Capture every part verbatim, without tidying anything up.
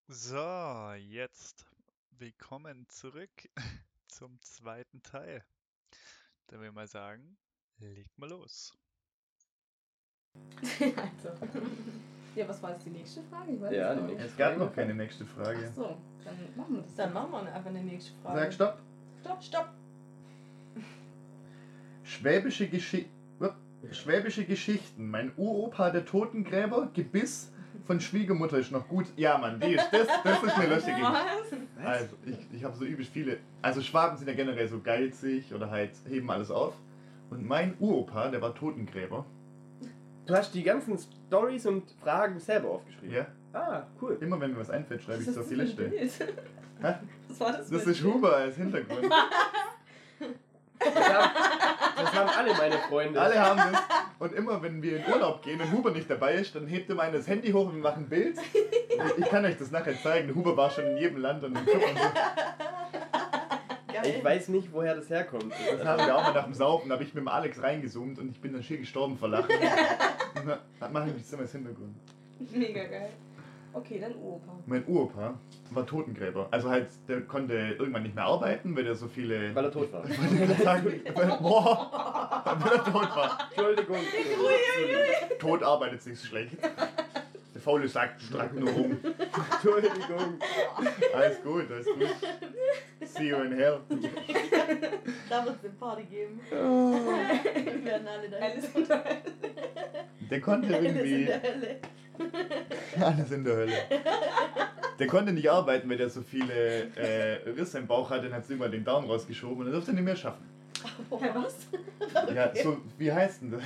So, jetzt willkommen zurück zum zweiten Teil. Dann will ich mal sagen, legt mal los. Also. Ja, was war jetzt die nächste Frage? Ich weiß Ja, es die noch nächste nicht. Es gab noch keine nächste Frage. Ach so, dann machen wir das. Dann machen wir einfach eine nächste Frage. Sag Stopp. Stopp, stopp. Schwäbische, Geschi Schwäbische Geschichten. Mein Uropa, der Totengräber, Gebiss von Schwiegermutter ist noch gut. Ja, Mann, die ist, das, das ist eine lustige Geschichte. Also, ich, ich habe so übelst viele. Also, Schwaben sind ja generell so geizig oder halt heben alles auf. Und mein Uropa, der war Totengräber. Du hast die ganzen Stories und Fragen selber aufgeschrieben. Ja. Ah, cool. Immer wenn mir was einfällt, schreibe ich Was es auf ist die das für ein Liste. Bild? Hä? Was war das? Das für ein ist Bild? Huber als Hintergrund. Das haben, das haben alle meine Freunde. Alle haben das. Und immer wenn wir in Urlaub gehen und Huber nicht dabei ist, dann hebt immer einer das Handy hoch und wir machen ein Bild. Ich kann euch das nachher zeigen. Huber war schon in jedem Land und im Club und so. Geil. Ich weiß nicht, woher das herkommt. Das haben wir auch mal nach dem Saufen, da habe ich mit dem Alex reingezoomt und ich bin dann schier gestorben vor Lachen. Dann mache ich das immer als Hintergrund. Mega geil. Okay, dann Opa. Mein Uropa war Totengräber. Also halt, der konnte irgendwann nicht mehr arbeiten, weil er so viele... Weil er tot war. Wollte ich sagen, weil, boah, weil er tot war. Entschuldigung. Tot arbeitet sich schlecht. Der faule Sack strackt nur rum. Entschuldigung. Alles gut, alles gut. See you in hell. Da wird es eine Party geben. Wir werden alle da. Alles in der Hölle. Der konnte Alles in irgendwie... der Hölle. Alles in der Hölle. Der konnte nicht arbeiten, weil der so viele äh, Risse im Bauch hatte und hat irgendwann den Darm rausgeschoben und dann durfte er nicht mehr schaffen. Hä, was? Ja, so, wie heißt denn das?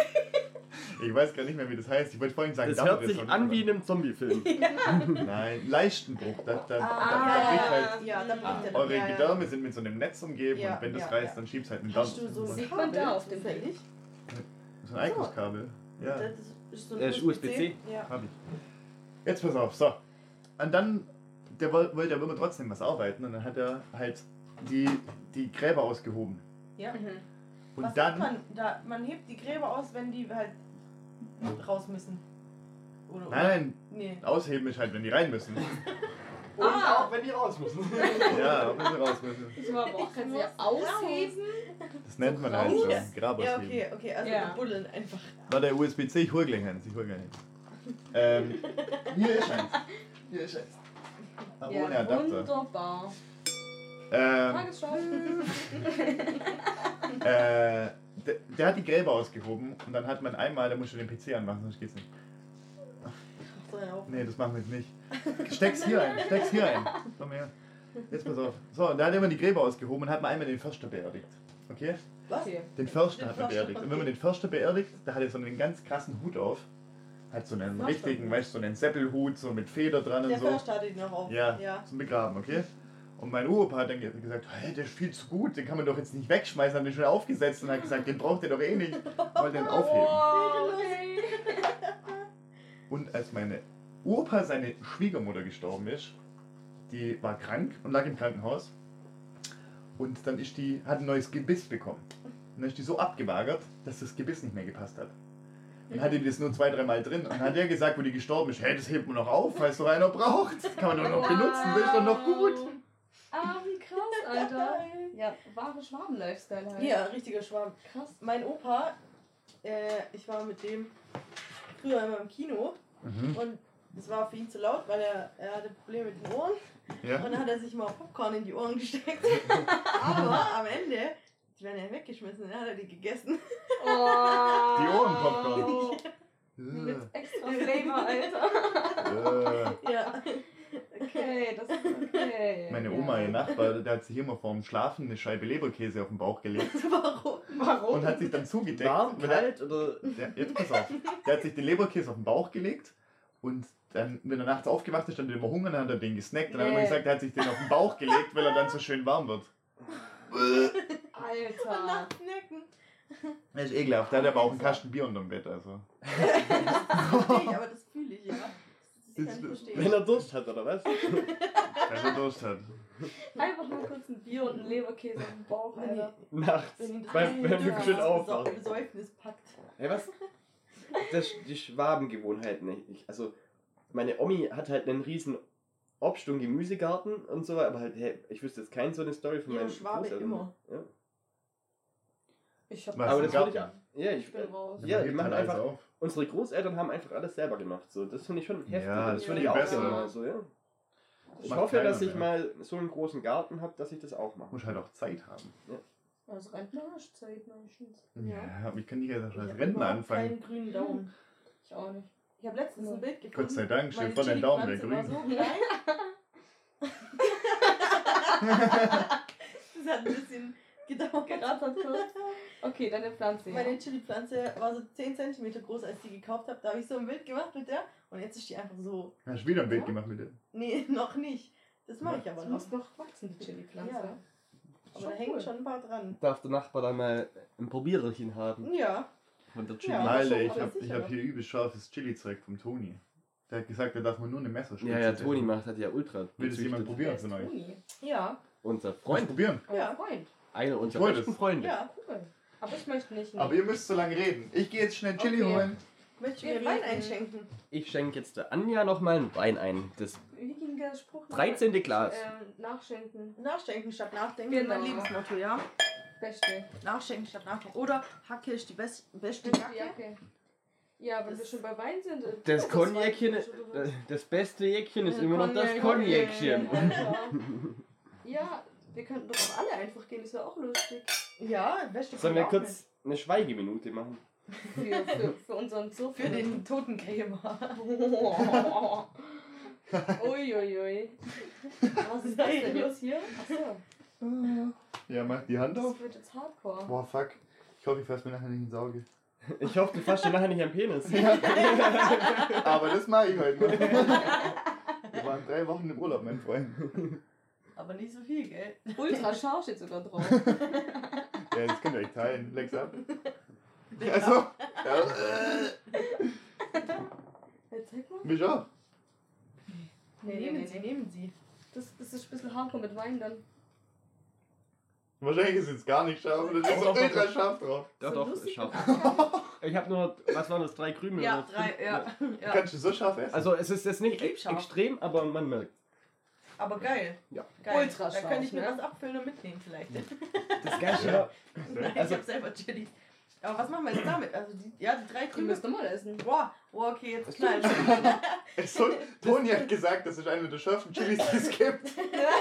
Ich weiß gar nicht mehr, wie das heißt. Ich wollte vorhin sagen, Das hört Darmriss sich und- an wie in einem Zombie-Film. Nein, Leistenbruch. Da, da, da, Ah, da bricht halt, ja, da bricht er dann. eure ja, ja. Gedärme sind mit so einem Netz umgeben Ja, und wenn das ja, reißt, ja. dann schiebst halt einen Darm. Hast du so ein Sieht Kabel man da auf dem zufällig? So ein Eikuskabel. Ja, Das ist so ein Äh, ist U S B C? Ja. hab ich. Jetzt pass auf, so. Und dann, der woll- wollte aber immer trotzdem was arbeiten und dann hat er halt die, die Gräber ausgehoben. Ja. Mhm. Und Was dann... macht man da? Man hebt die Gräber aus, wenn die halt raus müssen. Oder, Nein, nein, Nee. ausheben ist halt, wenn die rein müssen. Und Ah. auch wenn die raus müssen. Ja, auch wenn sie raus müssen. Ich war aber auch ganz muss sehr ausheben. Das nennt man halt so, Ja. Grab Ja, ausheben. okay, okay, also Ja. buddeln einfach. War der U S B C, ich hol gleich eins, ich hol gleich eins. Ähm, hier ist eins. Hier ist eins. Aber ohne Ja, Adapter. wunderbar. Ähm, Tagesschau. äh, der, der hat die Gräber ausgehoben und dann hat man einmal, da musst du den P C anmachen, sonst geht's nicht. So, ja, auch. Nee, das machen wir jetzt nicht. Steck's hier ein, steck's hier ein. Komm her. Jetzt pass auf. So, und da hat er immer die Gräber ausgehoben und hat man einmal den Förster beerdigt. Okay? Was? Okay. Den Förster Den hat man Förster, beerdigt. Und okay. wenn man den Förster beerdigt, da hat er so einen ganz krassen Hut auf. Hat so einen Förster. richtigen, weißt du, so einen Seppelhut, so mit Feder dran Der und so. Förster hatte die noch auf. Ja, ja. zum Begraben, okay? Und mein Uropa hat dann ge- gesagt, hey, der ist viel zu gut, den kann man doch jetzt nicht wegschmeißen, hat den schon aufgesetzt und hat gesagt, den braucht ihr doch eh nicht. Wollte den aufheben. Oh, okay. Und als meine Opa, seine Schwiegermutter, gestorben ist, die war krank und lag im Krankenhaus. Und dann ist die, hat ein neues Gebiss bekommen. Und dann ist die so abgemagert, dass das Gebiss nicht mehr gepasst hat. Und dann hatte die das nur zwei, dreimal drin. Und dann hat der gesagt, wo die gestorben ist, hey, das hebt man noch auf, weil es doch einer braucht. Das kann man doch noch benutzen, das ist doch noch gut. Ah, wie krass, Alter. Ja, wahre Schwaben-Lifestyle halt. Ja, richtiger Schwamm. Krass. Mein Opa, äh, ich war mit dem früher immer im Kino Mhm. und es war für ihn zu laut, weil er, er hatte Probleme mit den Ohren. Ja. Und dann hat er sich mal Popcorn in die Ohren gesteckt. Aber am Ende, die werden ja weggeschmissen, dann hat er die gegessen. Oh. Die Ohrenpopcorn. Mit extra Flavor, Alter. Äh, Ja. Okay, das ist okay. Meine Ja. Oma, ihr Nachbar, der hat sich immer vorm Schlafen eine Scheibe Leberkäse auf den Bauch gelegt Warum? Warum? und hat sich dann zugedeckt. Warm, Wenn er- kalt oder. Der, jetzt pass auf. Der hat sich den Leberkäse auf den Bauch gelegt und dann, wenn er nachts aufgewacht ist, dann hat er immer Hunger und dann hat er den gesnackt. Und dann hat er Nee. gesagt, er hat sich den auf den Bauch gelegt, weil er dann so schön warm wird. Alter. Nachts snacken. Das ist ekelhaft. Der hat aber auch einen Kasten Bier unterm Bett. Also. Okay, aber das fühle ich, ja. Das kann ich verstehen. Wenn er Durst hat, oder was? Wenn er Durst hat. Einfach nur kurz ein Bier und ein Leberkäse auf dem Bauch, Alter. Nachts. Wenn ihn das Beim, beim Bedürfnis schön zum aufwachen. Besäufnis packt. Hey, was? Das die Schwabengewohnheiten. Ich, also, meine Omi hat halt einen riesen Obst- und Gemüsegarten und so, aber halt, hey, ich wüsste jetzt keine so eine Story von Ja, meinem Schwabe Großeltern. immer. Ja. Ich hab Was, Aber ein das würde ich Garten? auch. Ja, Ich ich, bin raus. Ja, man die hebt machen halt alles einfach- auf. unsere Großeltern haben einfach alles selber gemacht. So. Das finde ich schon heftig. Ja, das das würde ist ich auch besser. gerne mal so, ja. Ich Macht hoffe, keiner dass ich mehr. mal so einen großen Garten habe, dass ich das auch mache. Muss halt auch Zeit haben. Als Rentner hast du Zeit meistens. Ja, aber ich kann nicht als Ich hab Rentner überhaupt anfangen. keinen grünen Daumen. Ich auch nicht. Ich habe letztens ein Bild gefunden. Gott sei Dank, Meine steht vor deinem Daumen der Chili-Pflanze war grün. so klein. Das hat ein bisschen gedauert. Gerattert kurz. Okay, deine Pflanze. Ja. Meine Chili-Pflanze war so zehn Zentimeter groß, als ich die gekauft habe. Da habe ich so ein Bild gemacht mit der. Und jetzt ist die einfach so. Hast du wieder ein Bild gemacht mit dem? Nee, noch nicht. Das mache ich aber Das noch. muss noch wachsen, die Chili-Pflanze. Ja. Aber Schon da hängen cool. schon ein paar dran. Darf der Nachbar dann mal ein Probiererchen haben Ja. von der Chili? Ja. Ja, Alter, schon, ich aber hab, ich sicher hab doch. hier übel scharfes Chili-Zeug vom Toni. Der hat gesagt, da darf man nur eine Messerspitze ja, ja essen. Toni macht das ja ultra. Will das jemand gezüchtet. probieren von euch? Toni. Ja. Unser Freund Freund. probieren. Euer Ja. Freund. Einer unserer wollte besten es. Freunde. Ja. Cool. Aber ich möchte nicht. Aber ihr müsst so lange reden. Ich gehe jetzt schnell Chili Okay. holen. Möchtest du Wir mir Wein reden. einschenken? Ich schenke jetzt der Anja nochmal einen Wein ein. Das Wie ging der Spruch? noch? dreizehnte Glas. Ähm, nachschenken. Nachschenken statt nachdenken. Genau. Mein Lebensmotto, ja. Beste. Nachschenken statt nachdenken. Oder Hacke ist die best, beste Beste Jacke. Jacke. Ja, wenn wir Das- schon bei Wein sind. äh, Das das Konjäckchen, Wein oder was? das- das beste Jäckchen ist Ja, immer noch das Cognac. Konjäckchen. Alter. Ja, wir könnten doch auch alle einfach gehen, das wäre auch lustig. Ja, beste Sollen wir auch kurz eine Schweigeminute machen? Für, für, für unseren Zug. mit. Für den Totenkrämer. Uiuiui. Was ist das denn jetzt hier? Achso, Ja, mach die Hand auf. das wird jetzt hardcore. Boah, fuck. Ich hoffe, ich fasse mir nachher nicht in die Sauge. Ich hoffe, du fasst dir nachher nicht am Penis. Aber das mache ich heute noch. Wir waren drei Wochen im Urlaub, mein Freund. Aber nicht so viel, gell? Ultra scharf steht sogar drauf. Ja, das könnt ihr euch teilen. Lex ab. Also, ja, Jetzt zeig mal. mich auch. Nee, nee, nehmen nee, Sie, nee. nehmen Sie. Das, das ist ein bisschen hardcore mit Wein dann. Wahrscheinlich ist es jetzt gar nicht scharf. Das ist so Doch, doch, ultra doch. scharf drauf. Doch, So doch, lustig ist scharf. mit Abgang. Ich habe nur, was waren das, drei Krümel? Ja, oder fünf? drei, ja. ja. Kannst du so scharf essen? Also es ist jetzt nicht Ich lieb ex scharf. extrem, aber man merkt. Aber geil. Ja. Geil. Ultra Da scharf, könnte ich mir ne? was abfüllen und mitnehmen vielleicht. Das Geilste war, Nein, Also- ich hab selber Chili. Aber was machen wir jetzt damit? Also die, ja, die drei Die Krümel. müsst ihr mal essen. Boah, boah, okay, jetzt knallt. Es soll, Toni hat gesagt, das ist einer der schärfsten Chilis, die es gibt.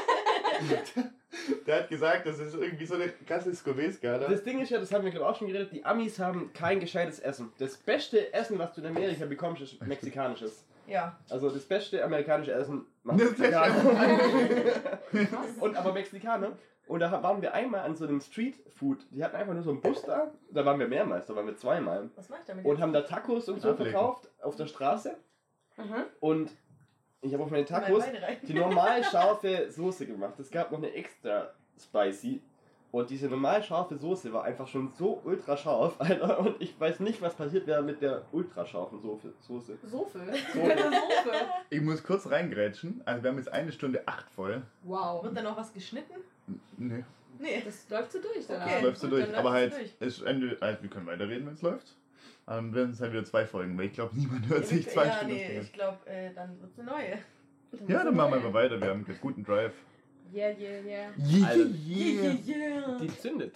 Der hat gesagt, das ist irgendwie so eine krasse Scoville-Skala. das Ding ist ja, das haben wir glaube ich auch schon geredet, die Amis haben kein gescheites Essen. Das beste Essen, was du in Amerika bekommst, ist mexikanisches. Ja. Also das beste amerikanische Essen macht Das beste Mexikaner. Und aber Mexikaner. Und da waren wir einmal an so einem Street Food. Die hatten einfach nur so einen Bus da. Da waren wir mehrmals, da waren wir zweimal. Was mache ich damit? Und haben da Tacos und so Ablecken. verkauft auf der Straße. Mhm. Und ich habe auf meine jetzt? Meine Tacos Beine rein. die normal scharfe Soße gemacht. Es gab noch eine extra spicy. Und diese normal scharfe Soße war einfach schon so ultra scharf, Alter. Und ich weiß nicht, was passiert wäre mit der ultra scharfen Soße. Soße. Sofe. So. Eine Sofe. Ich muss kurz reingrätschen. Also wir haben jetzt eine Stunde acht voll. Wow. Wird da noch was geschnitten? Nee, Nee. Das läuft so durch danach. Okay. das läuft so gut, durch. dann Aber läuft halt, es ist Ende, also wir können weiterreden, wenn es läuft. Aber dann werden es halt wieder zwei Folgen, weil ich glaube, niemand hört sich zwei ja, Stunden nee, nee. ich glaube, äh, dann wird es eine neue. Ja, dann machen wir einfach weiter. Wir haben einen guten Drive. Yeah, yeah, yeah. Yeah, Alter. yeah. yeah. Die zündet.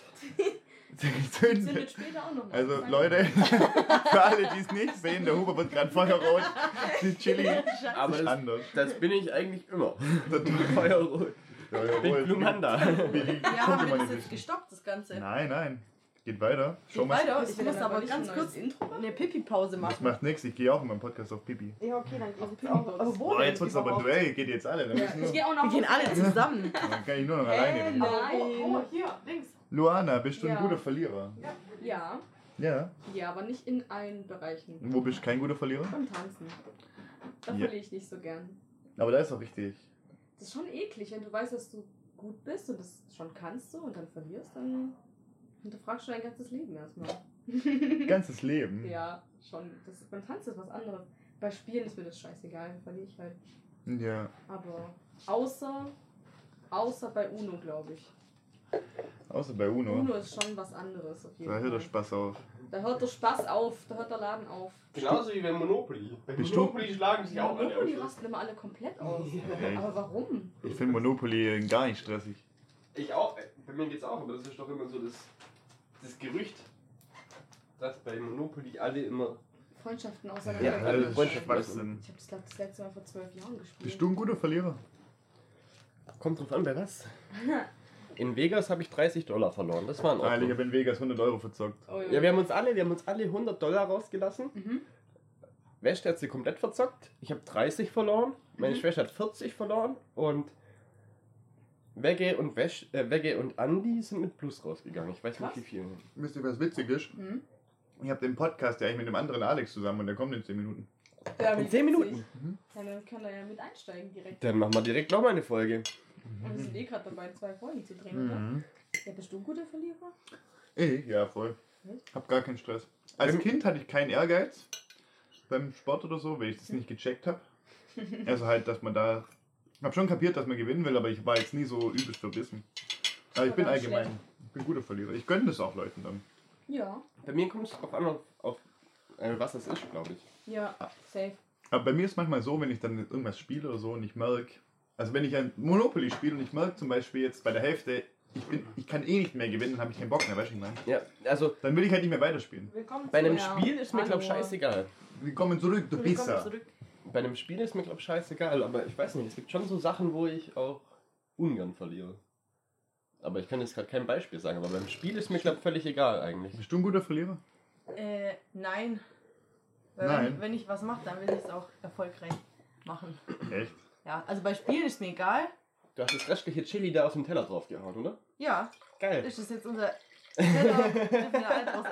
Zündet später auch noch mal. Also Fein. Leute, für alle, die es nicht sehen, der Huber wird gerade feuerrot. Die Chili Aber ist das, anders. das bin ich eigentlich immer. Der Feuerrot. Big Blue Manda. Wie die Ja, haben wir Pokémon das die- jetzt gestoppt, das Ganze? Nein, nein. Geht weiter. Schau Geht mal. weiter. Ist Ich denn muss aber aber nicht ganz ein kurz neues Intro? eine Pipi-Pause Das machen. macht nichts. Ich gehe auch in meinem Podcast auf Pipi. Ja, okay, dann geht's Pipi auch. Box. Aber wo Boah, denn jetzt wird es aber ein überhaupt? Duell. Geht jetzt alle. Dann, Ja, müssen ich nur, gehe auch noch Wir gehen alle zusammen. dann kann ich nur noch alleine Äh, reden. nein. Aber wo, wo? Hier, links. Luana, bist du ein Ja. guter Verlierer? Ja, Ja. ja, aber nicht in allen Bereichen. Und wo bist du kein guter Verlierer? Beim Tanzen. Da Ja. verliere ich nicht so gern. Aber da ist auch richtig. Das ist schon eklig, wenn du weißt, dass du gut bist und das schon kannst so und dann verlierst, dann hinterfragst du dein ganzes Leben erstmal. Ganzes Leben. Ja, schon. Das, beim Tanzen ist was anderes. Bei Spielen ist mir das scheißegal, dann verliere ich halt. Ja. Aber außer, außer bei Uno, glaube ich. Außer bei Uno. Uno ist schon was anderes auf jeden Da Fall. hört der Spaß auf. Da hört der Spaß auf, da hört der Laden auf. Genauso wie bei Monopoly. Bei Bist du- Monopoly schlagen sich auch alle Monopoly aus. rasten immer alle komplett aus. Echt? Aber warum? Ich finde Monopoly gar nicht stressig. Ich auch. Bei mir geht's auch, aber das ist doch immer so das, das Gerücht, dass bei Monopoly alle immer... Freundschaften Ja, auseinander. alle das ist Freundschaften. Schwachsinn. Ich habe das, glaub, das letzte Mal vor zwölf Jahren gespielt. Bist du ein guter Verlierer? Kommt drauf an, bei was? In Vegas habe ich dreißig Dollar verloren. Das war in Alter, ich Ordnung. habe in Vegas hundert Euro verzockt. Oh, Ja, wir haben uns alle, wir haben uns alle hundert Dollar rausgelassen. Mhm. West hat sie komplett verzockt. Ich habe dreißig verloren. Meine Mhm. Schwester hat vierzig verloren. Und Wegge und Wesch, äh, Wegge und Andi sind mit Plus rausgegangen. Ich weiß Krass. nicht wie viel. Wisst ihr, was witzig ist? Mhm. Ich habe den Podcast ja eigentlich mit dem anderen Alex zusammen und der kommt in zehn Minuten. Ja, In wie zehn witzig. Minuten. Ja, dann kann er ja mit einsteigen direkt. Dann machen wir direkt nochmal eine Folge. Und wir sind eh gerade dabei, zwei Folgen zu drehen, oder? Mhm. Ja, bist du ein guter Verlierer? Ich? Ja, voll. Echt? Hab gar keinen Stress. Als Ähm, Kind hatte ich keinen Ehrgeiz beim Sport oder so, weil ich das nicht gecheckt habe. Also halt, dass man da... Ich habe schon kapiert, dass man gewinnen will, aber ich war jetzt nie so übelst verbissen. Aber ich bin Aber allgemein, schlecht. ich bin guter Verlierer. Ich gönne das auch Leuten dann. Ja. Bei mir kommt es drauf an, auf, auf äh, was es ist, glaube ich. Ja, safe. Aber bei mir ist manchmal so, wenn ich dann irgendwas spiele oder so und ich merke, also wenn ich ein Monopoly spiele und ich merke zum Beispiel jetzt bei der Hälfte, ich, bin, ich kann eh nicht mehr gewinnen, dann habe ich keinen Bock mehr, weißt du, ich meine. Ja, also Dann will ich halt nicht mehr weiterspielen. Willkommen bei einem zu- ja. Spiel ist mir, glaube ich, Hallo. scheißegal. Willkommen zurück, du Willkommen Pisser. zurück. Bei einem Spiel ist mir, glaube ich, scheißegal. Aber ich weiß nicht, es gibt schon so Sachen, wo ich auch ungern verliere. Aber ich kann jetzt gerade kein Beispiel sagen. Aber beim Spiel ist mir, glaube ich, völlig egal eigentlich. Bist du ein guter Verlierer? Äh, nein. Weil Nein. Wenn, wenn ich was mache, dann will ich es auch erfolgreich machen. Echt? Ja, also bei Spielen ist mir egal. Du hast das restliche Chili da auf dem Teller drauf gehauen, oder? Ja, Geil. ist das jetzt unser Teller, dürfen wir alt aus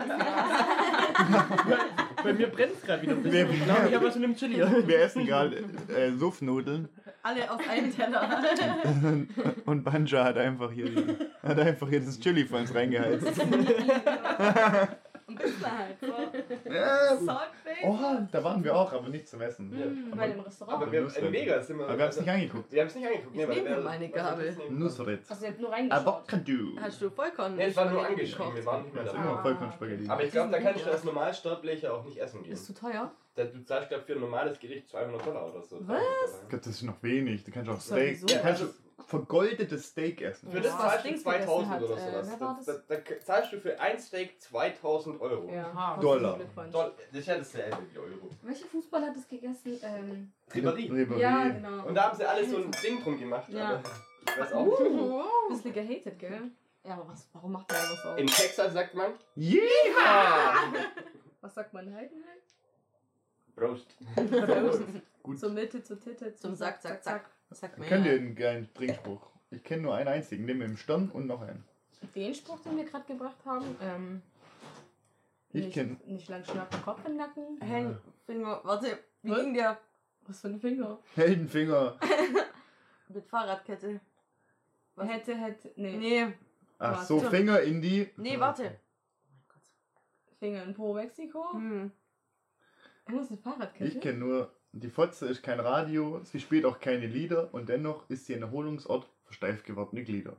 Bei mir brennt es gerade wieder ein bisschen. Ich glaube, ich habe was in dem Chili. Wir essen gerade äh, Suffnudeln Alle aus einem Teller. und Banja hat einfach hier, hat einfach hier das Chili für uns reingeheizt. Ein bisschen halt. So. Ja, Saltface. oh, da waren wir auch, aber nicht zum Essen. Mhm, bei dem Restaurant. Aber wir haben in Vegas immer. Aber wir haben es nicht angeguckt. Wir haben es nicht angeguckt. Ich weil nehme wir- mir meine Gabel. Nusret. Hast du jetzt nur reingeschaut? Avocado. Hast du Vollkorn? Nee, es war nur Spaghetti angeschrieben, wir waren nicht mehr Das ist dabei. immer Vollkornspaghetti. Aber ich glaube, da kannst du als Normalsterblicher auch nicht essen gehen. Ist zu teuer? Da- Du zahlst, glaube für ein normales Gericht zweihundert Dollar oder so. Was? Ich glaube, das ist noch wenig. Du kannst auch Steak. Sowieso. Du kannst vergoldetes Steak essen. Für das Was zahlst du Dings zweitausend gegessen oder hat, sowas. äh, wer war Da, da, da zahlst du für ein Steak zweitausend Euro. Ja. Aha. Dollar. Glückwunsch. Doll- Das ist ja dasselbe wie Euro. Welcher Fußball hat das gegessen? Ähm, Ribéry. Ribéry. ja, genau. Und da haben sie alle so ein Ding drum gemacht. Ja. Aber ich weiß auch nicht. Uh, Bisschen gehatet, gell? Ja, aber was, warum macht der das so? In Texas sagt man Yeah! Was sagt man Heidenheim? Prost. Gut. Zur Mitte, zur Titte, Zum Sack, Zack, Zack. Sag mir. Kennt ihr einen geilen Trinkspruch? Ich kenne nur einen einzigen, den mit dem Stern und noch einen. Den Spruch, den wir gerade gebracht haben. Ähm, Ich nicht, kenn- Nicht lang schnappen, Kopf im Nacken. Hand, Finger, warte, wie Was? ging der Was für ein Finger? Heldenfinger. mit Fahrradkette? Was? Hätte, hätte, nee. Nee, Ach Was? so, Finger in die. nee, warte. Finger in Po Mexiko. Hm. Er muss eine Fahrradkette. Ich kenne nur, die Fotze ist kein Radio, sie spielt auch keine Lieder und dennoch ist sie ein Erholungsort für steif gewordene Glieder.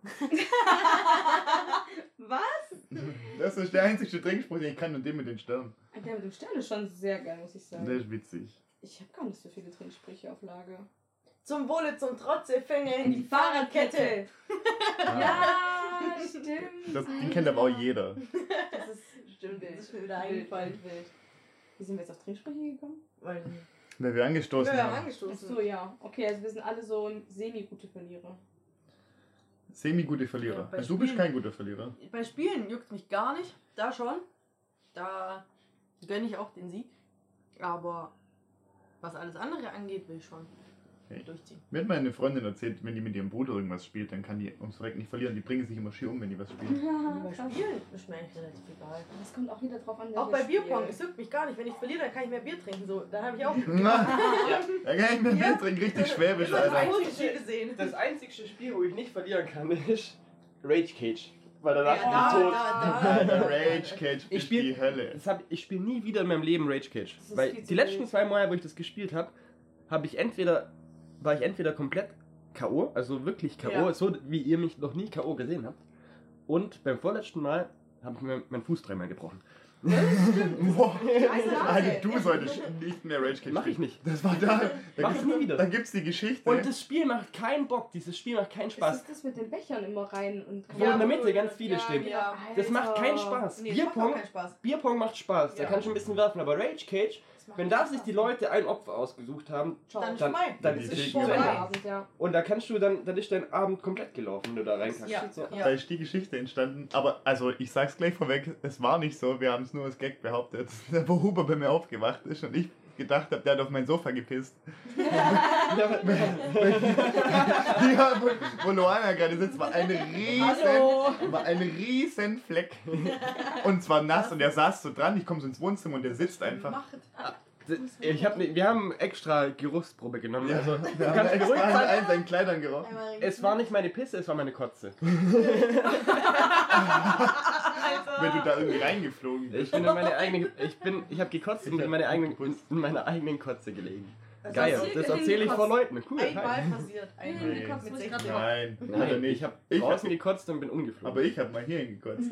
Was? Das ist der einzige Trinkspruch, den ich kann und den mit den Sternen. Der mit dem Stern ist schon sehr geil, muss ich sagen. Der ist witzig. Ich habe gar nicht so viele Trinksprüche auf Lager. Zum Wohle, zum Trotze, Finger in die Fahrradkette. Ja, stimmt. Das, den kennt aber auch jeder. Das ist Stimmt, wild. das ist mir wieder Wild, eingefallen. wild, wild. Wie sind wir jetzt auf Trinksprüche gekommen? Weil Weil wir angestoßen wir haben haben. Ach angestoßen. so, ja. Okay, also wir sind alle so semi-gute Verlierer. Semi-gute Ja, Verlierer. bei Also du bist Spielen- kein guter Verlierer. Bei Spielen juckt mich gar nicht. Da schon. Da gönne ich auch den Sieg. Aber was alles andere angeht, will ich schon Okay. durchziehen. Mir hat meine Freundin erzählt, wenn die mit ihrem Bruder irgendwas spielt, dann kann die ums Verrecken nicht verlieren. Die bringen sich immer schier um, wenn die was spielen. Ja, Bei krass. Spielen ist mir eigentlich relativ egal. Das kommt auch wieder drauf an, wer Auch wir bei Bierpong, spielen. es juckt mich gar nicht. Wenn ich verliere, dann kann ich mehr Bier trinken. So, da habe ich auch Da kann ich mir Ja. Bier trinken, richtig schwäbisch, immer das Alter. Positive gesehen. Das einzige Spiel, wo ich nicht verlieren kann, ist Rage Cage. Weil danach Ja, bin da, ich tot. da, Alter, Rage Cage Ich ist spiel- die Hölle. Das hab, ich spiele nie wieder in meinem Leben Rage Cage. Das ist Weil viel die zu letzten wild. zwei Mal, wo ich das gespielt habe, habe ich entweder war ich entweder komplett K O, also wirklich K O, Ja. so wie ihr mich noch nie K O gesehen habt, Und beim vorletzten Mal habe ich mir meinen Fuß dreimal gebrochen. Boah. Scheiße, Also du solltest nicht mehr Rage Cage Mach ich spielen. nicht. Das war da. Da Mach ich gibt's, nie wieder. da gibt's die Geschichte. Und das Spiel macht keinen Bock. Dieses Spiel macht keinen Ist Spaß. das das mit den Bechern immer rein? Und Wo in der Mitte wo- ganz viele ja, stehen. Ja. Das macht keinen Alter. Spaß. Nee, das macht auch Bierpong, keinen Spaß. Bierpong macht Spaß. Da Ja. kannst du ein bisschen werfen. Aber Rage Cage, Das macht wenn da keinen sich Spaß. die Leute ein Opfer ausgesucht haben, Ciao. Dann, Dann- vorbei. dann Die ist es fliegen zu vorbei. Ende. Feierabend, ja. Und da kannst du dann, dann ist dein Abend komplett gelaufen, wenn du da reinkackst. Ja, So. ja. Da ist die Geschichte entstanden. Aber also ich sag's gleich vorweg, es war nicht so, wir haben es nur als Gag behauptet. Wo Huber bei mir aufgewacht ist und ich gedacht habe, der hat auf mein Sofa gepisst. Ja, wo, wo Luana gerade sitzt, war ein riesen, Hallo. war ein riesen Fleck. Und zwar nass und er saß so dran, ich komme so ins Wohnzimmer und der sitzt einfach. Macht. Ich hab, ne- wir haben extra Geruchsprobe genommen. Ja, Also, wir du haben kannst extra beruhigt an sein. allen seinen Kleidern gerochen. Einmal reden. Es war nicht meine Pisse, es war meine Kotze. Wenn du da irgendwie reingeflogen Ich bist. bin in meine eigene, ich bin, ich habe gekotzt und Ich in, hab meine eigenen, geputzt. in meiner eigenen Kotze gelegen. Also Geil, hast du das hier erzähle ich vor hingekotzt? Leuten. Cool. Einmal Hi. passiert. Nee, Einmal. die kotzt Mit mich sechzehn. grad Nein, hat er Nein, nicht. ich habe Ich draußen hab- gekotzt und bin umgeflogen. Aber ich habe mal hier hingekotzt.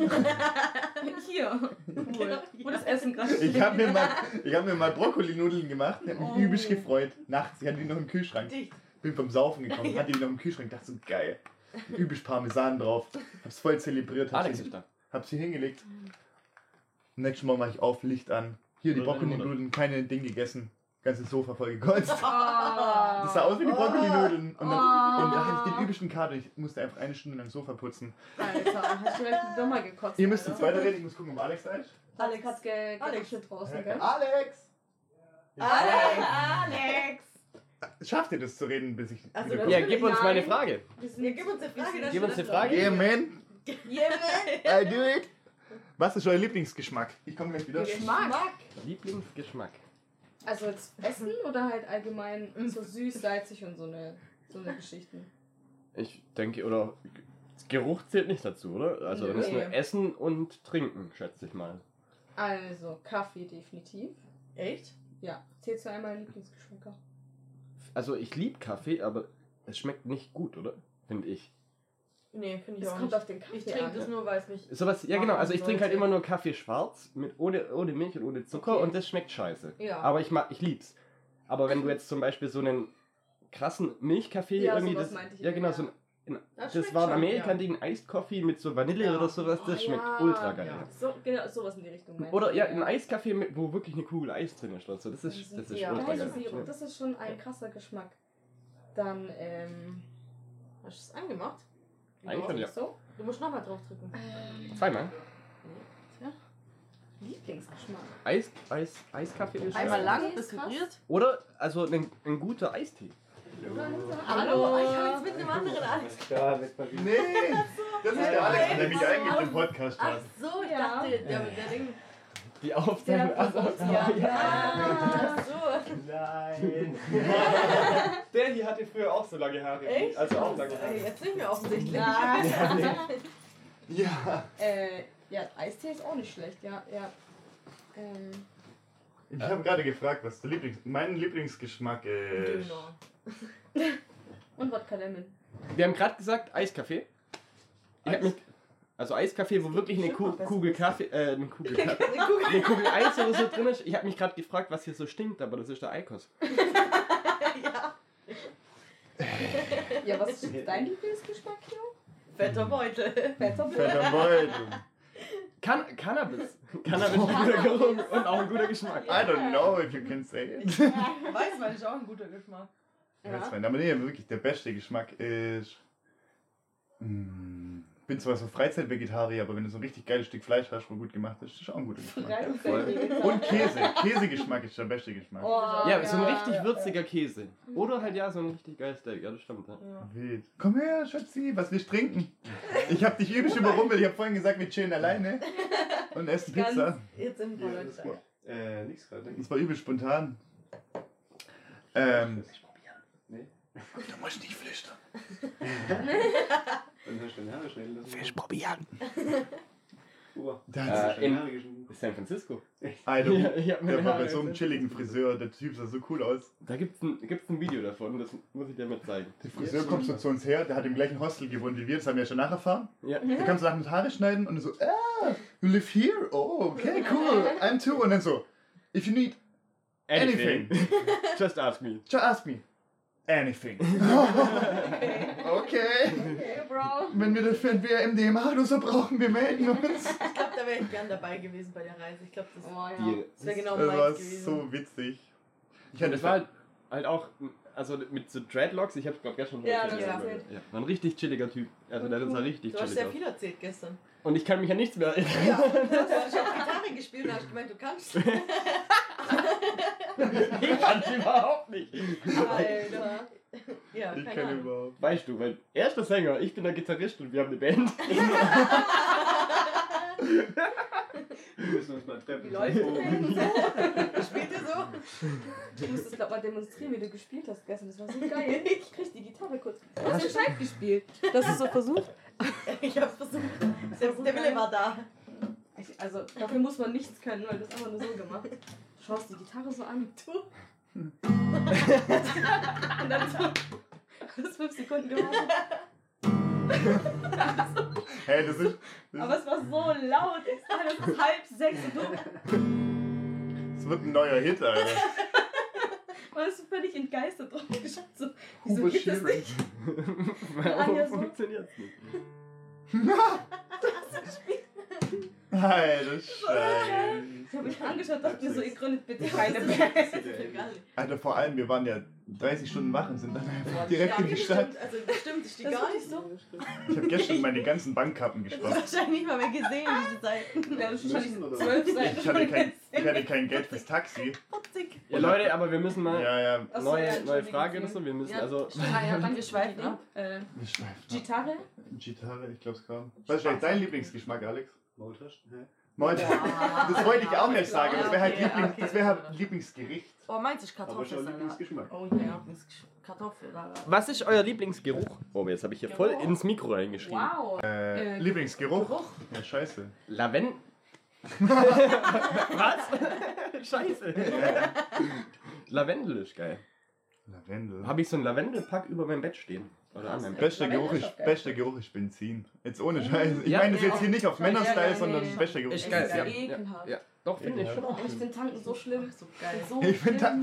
Hier. Cool. Wo das Essen gerade Ich habe mir mal, ich hab mir mal Brokkolinudeln gemacht, hab mich Oh. übelst gefreut. Nachts, ich hatte die noch im Kühlschrank. Dicht. Bin vom Saufen gekommen, hatte die noch im Kühlschrank, dachte so geil. Übelst Parmesan drauf. Hab's voll zelebriert, hab Alex sie, ist da. hab sie hingelegt. Nächsten Mal mache ich auf, Licht an. Hier die Oder deine Brokkolinudeln, keine Ding gegessen. Ganzes Sofa voll gekotzt. Ah. Das sah aus wie die Brokkolinudeln. Und, dann, Oh. und da hatte ich den übelsten Kater. Ich musste einfach eine Stunde lang Sofa putzen. Alter, hast du direkt die Nummer gekotzt. Ihr müsst jetzt Alter. weiterreden, ich muss gucken, ob Alex da ist. Alex hat ge Alex. Alex draußen, gell? Alex! Alex! Alex! Schafft ihr das zu reden, bis ich Also, wieder das- komme? Ja, gib uns Nein. meine Frage. Wir sind Ja, gib uns eine Frage. dass Gib wir uns das eine Frage. Yeah, man! Yeah, I do it! Was ist euer Lieblingsgeschmack? Ich komme gleich wieder. Geschmack. Lieblingsgeschmack. Also jetzt Essen oder halt allgemein so süß, salzig und so eine, so eine Geschichten? Ich denke, oder Geruch zählt nicht dazu, oder? Also dann ist Nee. nur Essen und Trinken, schätze ich mal. Also Kaffee definitiv. Echt? Ja. Zählst du einmal Lieblingsgeschmäcker? Also ich liebe Kaffee, aber es schmeckt nicht gut, oder? Finde ich. Nee, finde ich Das auch kommt nicht. auf den Kaffee Ich trinke an. das nur, weil es mich... Sowas, ja genau, also ich trinke halt Leute. immer nur Kaffee schwarz, mit, ohne, ohne Milch und ohne Zucker Okay. und das schmeckt scheiße. Ja. Aber ich mag, ich lieb's. Aber wenn du jetzt zum Beispiel so einen krassen Milchkaffee Ja, irgendwie, sowas das, meinte ich ja eben, genau, ja. so ein, in, Das das, schmeckt war in schon, Amerika ja. ein Iced Coffee mit so Vanille Ja. oder sowas, das Oh, schmeckt ja. ultra geil. Ja. So, genau, sowas in die Richtung. meinte Oder ich, ja, ein Eiskaffee, mit, wo wirklich eine Kugel Eis drin ist. Also das ist, das ist Ja. ultra geil. Sirup, das ist schon ein krasser Geschmack. Dann, ähm. Hast du es angemacht? Eigentlich schon, ja. So? Du musst nochmal drauf drücken. Ähm, Zweimal. Lieblingsgeschmack. Eis, Eis, Eiskaffee ist Einmal scheiße. lang, Eistee bis ist krass. vibriert. Oder also ein, ein guter Eistee. Hallo, ich habe jetzt mit einem anderen Alex. Ja, mit Nee! Das ist der Alex, der mich eigentlich im Podcast Ach hat. so, ich Ja. dachte, der, der Ding. Die Aufzeichnung. Der Also, Produzent, ja. Ach so. Nein. Der hier hatte früher auch so lange Haare. Echt? Also auch lange Ey, Haare. Jetzt nicht mehr offensichtlich. Ja. Äh, ja, Eistee ist auch nicht schlecht, ja, ja. Ähm, Ich habe gerade gefragt, was der Lieblings mein Lieblingsgeschmack ist. Döner. und Wodka Lemon. Wir haben gerade gesagt Eiskaffee. Ich hab Eis? mich, also Eiskaffee, wo wirklich eine Stimmt, Ku besser. Kugel Kaffee, äh, eine Kugel Kaffee, eine Kugel Eis oder so drin ist. Ich habe mich gerade gefragt, was hier so stinkt, aber das ist der Eikos. Ja. Ja, was ist dein Lieblingsgeschmack hier? Fetter Beutel. Fetter Brot. Fetter Beutel. Can Cannabis. Cannabis ist ein guter Geruch und auch ein guter Geschmack. I don't know if you can say it. Weißwein ist auch ein guter Geschmack. Weiß Ja. man, aber nee, wirklich der beste Geschmack ist. Mm, bin zwar so Freizeitvegetarier, aber wenn du so ein richtig geiles Stück Fleisch hast, wo gut gemacht ist, ist auch ein guter Geschmack. Freizeitvegetarier. Und Käse. Käsegeschmack ist der beste Geschmack. Oh, Ja, so ein ja, richtig ja, würziger Käse. Oder halt ja, so ein richtig geiles Steak. Ja, das stimmt. Ja. Ja. Wild. Komm her, Schatzi, was willst du trinken? Ich hab dich übelst überrumpelt. Ich hab vorhin gesagt, wir chillen alleine und essen Ganz Pizza. Jetzt sind ein paar Ja, Leute das da. war, äh, nix gerade. Das war übelst spontan. Ähm, Nee. du musst nicht flüstern. Dann hast du deine Haare schneiden lassen. Fisch probieren. Uwe, Äh, Das hast du deine in- Haare geschnitten? San Francisco. Alter, Ja, ich hab meine der war Haare bei so einem jetzt- chilligen Friseur, der Typ sah so cool aus. Da gibt's ein, gibt's ein Video davon, das muss ich dir mal zeigen. Der Friseur kommt so zu uns her, der hat im gleichen Hostel gewohnt wie wir, das haben wir ja schon nacherfahren. Ja. Da kannst du nach mit Haare schneiden und so, ah, you live here? Oh, okay, cool, I'm too. Und dann so, if you need anything, Just ask me. just ask me. Anything. Okay. Okay, Bro. Wenn wir, das, wenn wir M D M A oder so brauchen, wir melden uns. Ich glaube, da wäre ich gern dabei gewesen bei der Reise. Ich glaube, das, Oh ja. Die, das wäre genau Das war meins gewesen. so witzig. Ich und hatte das war halt, halt auch, also mit so Dreadlocks, ich hab's glaub gestern schon Ja, erzählt. das hast du erzählt. Ja, war ein richtig chilliger Typ. Also der sah richtig Du hast chillig sehr aus. viel erzählt gestern. Und ich kann mich an nichts mehr erinnern. Ja, du hast schon Gitarre gespielt und hast gemeint, du kannst. Ich kann's überhaupt nicht. Alter. Ja, Ich keine kann Ahnung. überhaupt. Weißt du, weil er ist der Sänger, ich bin der Gitarrist und wir haben eine Band. Wir müssen uns mal treffen. Wie läuft das? Spielt ihr so? Du musst es glaub mal demonstrieren, wie du gespielt hast gestern. Das war so geil. Ich krieg die Gitarre kurz. Du hast Bescheid gespielt. Das ist so versucht. Ich hab's versucht. Der, der Wille war da. Ich, also dafür muss man nichts können, weil das einfach nur so gemacht. Du schaust die Gitarre so an. Du. Und dann so. Das fünf Sekunden gewartet. Hey, das ist. Das, Aber es war so laut. Ich sag, das ist halb sechs und du. das wird ein neuer Hit, Alter. Man ist völlig entgeistert drauf geschaut. So, wieso Huber geht das Sheeran. nicht? Warum Anja so. funktioniert's nicht? Alter, Scheiße. Ich habe mich angeschaut, dachte mir so, ihr gründet bitte keine Band. Alter, vor allem, wir waren ja dreißig Stunden wach und sind dann einfach direkt in die Das Stadt. stimmt, also das stimmt, das steht Das ist gar wirklich nicht so. so. Ich habe gestern meine ganzen Bankkarten Das ist gespart. wahrscheinlich nicht mal mehr gesehen, diese Seiten. Ja, das ist wahrscheinlich Müssen, oder? zwölf Seiten. Ich hatte, kein, ich hatte kein Geld fürs Taxi. Putzig. Ja Leute, aber wir müssen mal Ja, ja. Ach so, neue, ja, neue Entschuldigung. Frage oder so. Wir müssen Ja. also. Ah ja, danke, Wir schweifen ab. Äh, Wir schweifen ab. Gitarre? Gitarre, ich glaub's kaum. Was ist vielleicht dein Lieblingsgeschmack, Alex? Maultaschen? Hä? Maultaschen. Ja. Das wollte ich auch nicht sagen, aber das wäre halt, Okay, Lieblings, okay. das wär halt Lieblingsgericht. Oh, meins ist Aber schon Kartoffelsalat. Lieblingsgeschmack. Oh ja, Kartoffelsalat. Was ist euer Lieblingsgeruch? Oh, jetzt habe ich hier voll Geruch? ins Mikro reingeschrieben. Wow. Äh, Äh, Lieblingsgeruch? Geruch? Ja, scheiße. Lavendel. Was? Scheiße. Lavendel ist geil. Lavendel. Habe ich so einen Lavendelpack über meinem Bett stehen. Oder an meinem Bett. Bester Lavendel Geruch, ist ist, doch geil. bester Geruch ist Benzin. Jetzt ohne Scheiß. Ich Ja, meine das ja, jetzt hier nicht auf ja, ja, Männerstyle, ja, sondern nee. bester Geruch. Ist Es geil, ist ja. ekelhaft. Ja, doch, finde ich schon auch. Ich finde Tanken so schlimm. So geil. So Ich finde schlimm.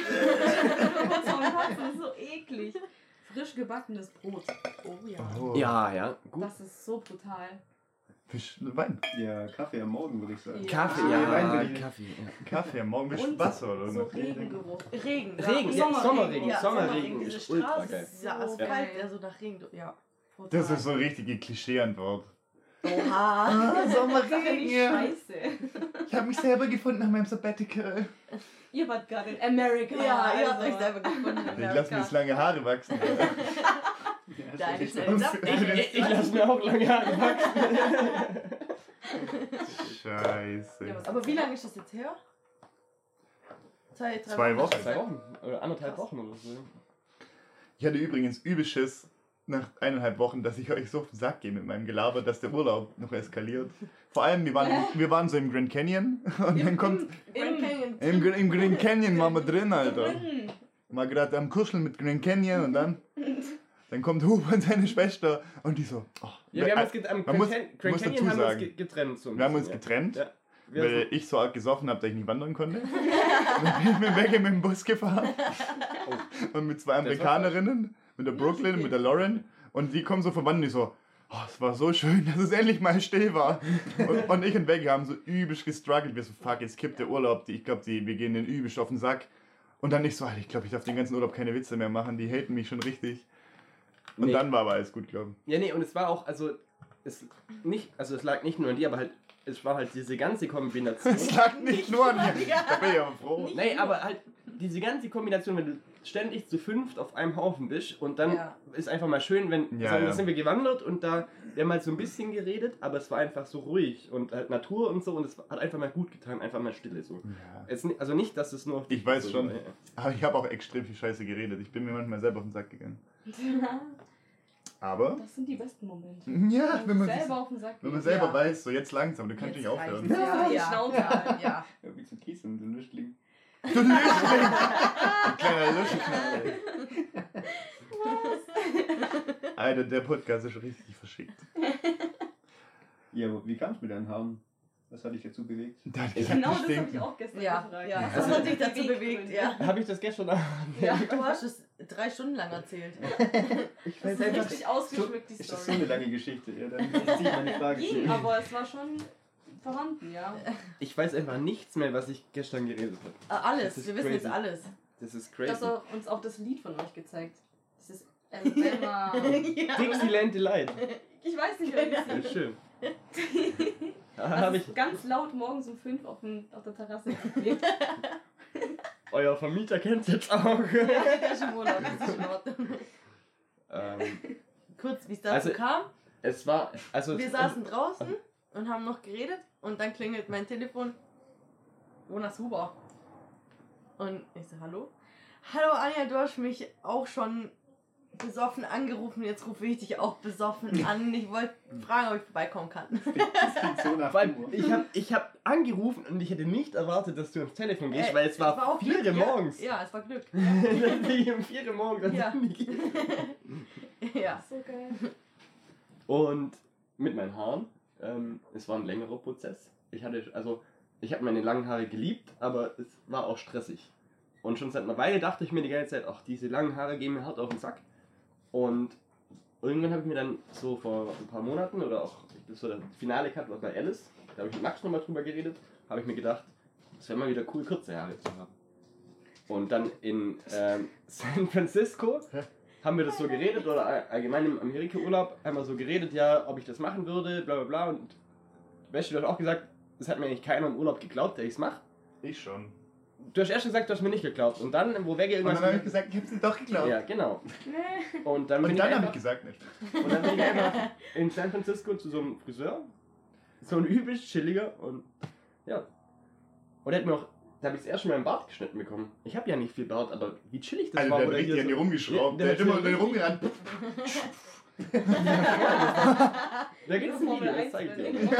Das ist so eklig. Frisch gebackenes Brot. Oh ja. Oh. Ja, ja, gut. Das ist so brutal. Fisch, Wein. Ja, Kaffee am Morgen, würde ich sagen. Ja. Kaffee, Ah. ja, Wein bin ich- Kaffee. Ja. Kaffee am Morgen mit Und Wasser oder so so. Regengeruch. Regen. Regen, ja. ja, Sommerregen. Ja, Sommerregen Diese ist ultra Straße, geil. dieser So Asphalt, geil. der so nach Regen. Ja. Das ist so eine richtige Klischee-Antwort. Oha. Ah, Sommerregen. Scheiße. Ich habe mich selber gefunden nach meinem Sabbatical. Ihr wart gerade in Amerika. Ja, ihr habt also. euch selber gefunden. Ich lasse mir jetzt lange Haare wachsen. Deine Ich- schnellen Ich, ich, ich lasse mir auch lange Haare wachsen. Scheiße. Ja, was- Aber wie lange ist das jetzt her? Zwei, drei Zwei Wochen. Zwei Wochen. Oder anderthalb Wochen oder so. Ich hatte übrigens übel Schiss nach eineinhalb Wochen, dass ich euch so auf den Sack gehe mit meinem Gelaber, dass der Urlaub noch eskaliert. Vor allem, wir waren, wir waren so im Grand Canyon und dann kommt Grand Canyon. im, Gr- im Grand Canyon waren wir drin, Alter. Drin. Mal gerade am Kuscheln mit Grand Canyon und dann, dann kommt Huber und seine Schwester und die so, oh, Ja, wir haben uns get- am Man Grand, muss- Can muss Grand dazu Canyon haben wir uns sagen, ge- getrennt. So ein wir haben uns bisschen, getrennt, Ja. Wir weil sind- ich so arg gesoffen habe, dass ich nicht wandern konnte. Dann bin ich mit Becky mit dem Bus gefahren und mit zwei Das war Amerikanerinnen, mit der Brooklyn und mit der Lauren. Und die kommen so verwandt, die so, oh, es war so schön, dass es endlich mal still war. Und, und ich und Becky haben so übelst gestruggelt. Wir so, fuck, jetzt kippt der Urlaub. Die, ich glaube, wir gehen den übelst auf den Sack. Und dann nicht so, Alter, ich glaube, ich darf den ganzen Urlaub keine Witze mehr machen. Die haten mich schon richtig. Und Nee. dann war aber alles gut, glaube ich. Ja, nee, und es war auch, also, es nicht, also es lag nicht nur an dir, aber halt, es war halt diese ganze Kombination. Es lag nicht nur an mir. Da bin ich aber froh. Nee, aber halt diese ganze Kombination, wenn du ständig zu fünft auf einem Haufen bist und dann Ja. ist einfach mal schön, wenn, Ja, so, ja. da sind wir gewandert und da, wir haben halt so ein bisschen geredet, aber es war einfach so ruhig und halt Natur und so und es hat einfach mal gut getan, einfach mal Stille so. Ja. Es, ni- also nicht, dass es nur auf Ich dich weiß so schon. war, ja. Aber ich habe auch extrem viel Scheiße geredet. Ich bin mir manchmal selber auf den Sack gegangen. Aber, Das sind die besten Momente. ja, wenn man, sich, selber auf den Sack wenn man geht. selber Ja. weiß, so jetzt langsam, du kannst Jetzt nicht aufhören. reicht's. Ja, Die ja, Schnauze ja, halten. ja. Ja, wie zum Kies und ein Lüchtling. Du Lüschling! Ein kleiner Luschenknall. Alter, der Podcast ist schon richtig verschickt. Ja, aber wie kam es mit deinen Haaren? Was hat dich dazu bewegt? Der hat Ich- gesagt, Genau die das habe stinken. ich auch gestern Ja, gefragt. ja. Also- Das hat dich dazu bewegt, ja. Habe ich das gestern auch? Ja, du hast es drei Stunden lang erzählt. Ich Das weiß ist einfach. richtig ausgeschmückt, die Ist das so Story. eine lange Geschichte? Ja, dann ziehe ich meine Frage Ging, zurück. aber es war schon vorhanden, ja. Ich weiß einfach nichts mehr, was ich gestern geredet habe. Ah, Alles, Das ist wir wissen jetzt crazy. alles. Das ist Du hast crazy. auch, uns auch das Lied von euch gezeigt. Das ist Alabama. Ja. Dixieland Delight. Ich weiß nicht, wer das Das ist. ist schön. Da Das habe ist ich ganz laut morgens um fünf auf, dem, auf der Terrasse gespielt. euer Vermieter kennt jetzt auch. Ja, der ist im Urlaub, das ist in Ordnung. ähm, Kurz, wie es dazu Also- kam. es war also Wir es- saßen draußen und haben noch geredet und dann klingelt mein Telefon. Jonas Huber. Und ich so, hallo? Hallo Anja, du hast mich auch schon besoffen angerufen. Jetzt rufe ich dich auch besoffen an. Ich wollte fragen, ob ich vorbeikommen kann. Das klingt so nach Vor allem, Humor. ich habe ich hab angerufen und ich hätte nicht erwartet, dass du ans Telefon gehst, Äh, weil es war, auch vier Glück, Uhr morgens. Ja, ja, es war Glück. Dann bin ich um vier Uhr morgens ans Ja. Handy gegangen. Ja. So geil. Und mit meinen Haaren, ähm, es war ein längerer Prozess. Ich hatte, also, ich habe meine langen Haare geliebt, aber es war auch stressig. Und schon seit einer Weile dachte ich mir die ganze Zeit, ach, diese langen Haare gehen mir hart auf den Sack. Und irgendwann habe ich mir dann so vor ein paar Monaten oder auch, das war das Finale Cut war bei Alice, da habe ich mit Max nochmal drüber geredet, habe ich mir gedacht, es wäre mal wieder cool, kurze Haare zu haben. Und dann in ähm, San Francisco haben wir das so geredet, oder all- allgemein im Amerika-Urlaub einmal so geredet, ja, ob ich das machen würde, bla bla bla. Und Wäsche, du hast auch gesagt, es hat mir eigentlich keiner im Urlaub geglaubt, der ich's mache. Ich schon. Du hast erst gesagt, du hast mir nicht geglaubt. Und dann, wo Wegge Und irgendwas... dann habe ich gesagt, ich hab's dir doch geglaubt. Ja, genau. Und dann bin Und ich dann habe ich einfach, gesagt, nicht. und dann bin ich einfach in San Francisco zu so einem Friseur. So ein übelst chilliger und ja. Und er hat mir auch, da habe ich das erste Mal einen Bart geschnitten bekommen. Ich habe ja nicht viel Bart, aber wie chillig das Also war. der wo hat richtig hier an dir so- rumgeschraubt. Ja, Der der hat immer hat dann hier rumgerannt. Da gibt's ein Video, das zeige ich dir.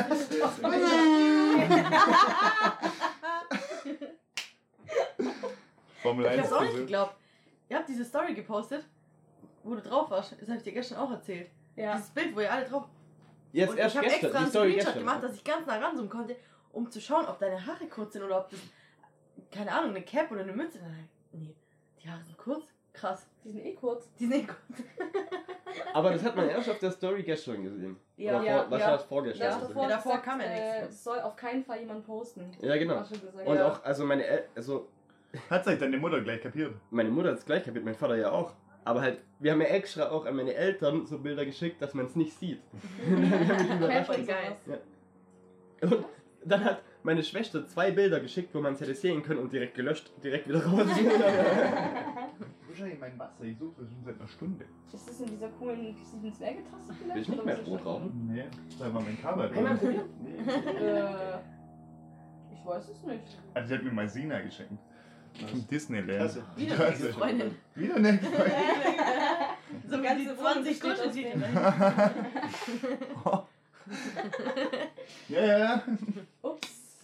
Formel Ich eins hab's auch nicht Friseur. geglaubt. Ihr habt diese Story gepostet, wo du drauf warst. Das habe ich dir gestern auch erzählt. Ja. Dieses Bild, wo ihr alle drauf... Jetzt Und ich erst habe gestern, extra die einen Story Screenshot gestern. gemacht, dass ich ganz nah ranzoomen konnte, um zu schauen, ob deine Haare kurz sind oder ob das, keine Ahnung, eine Cap oder eine Mütze. Nein, nee, die Haare sind kurz. Krass. Die sind eh kurz. Die sind eh kurz. Aber das hat man erst auf der Story gestern gesehen. Ja, Oder vor, ja, was ja. war das vorgestern? Ja, Ja, gesehen? davor, davor gesagt, kam ja äh, nichts. es soll auf keinen Fall jemand posten. Ja, genau. Hast du gesagt. Und ja. auch, also meine, El also Hat's halt deine Mutter gleich kapiert. meine Mutter hat es gleich kapiert, mein Vater ja auch. Aber halt, wir haben ja extra auch an meine Eltern so Bilder geschickt, dass man es nicht sieht. Dann haben wir die überrascht. Voll geil. geil. Und dann hat meine Schwester zwei Bilder geschickt, wo man es hätte sehen können und direkt gelöscht, direkt wieder raus. Wahrscheinlich mein Wasser, ich suche das schon seit einer Stunde. Ist das in dieser coolen sieben Zwerge-Tasse vielleicht? Will ich nicht Oder mehr was ist Brot das? rauchen? Nee, da war mein Kabel Einmal drin. probieren? Äh, ich weiß es nicht. Also, sie hat mir mal Sina geschenkt. Zum Disneyland. Klasse. Wieder eine Klasse. Freundin. Wieder eine Freundin. So Die wie ganze die Wohnung zwanzig besteht aus Stunden. Ja, ja, ja. Ups.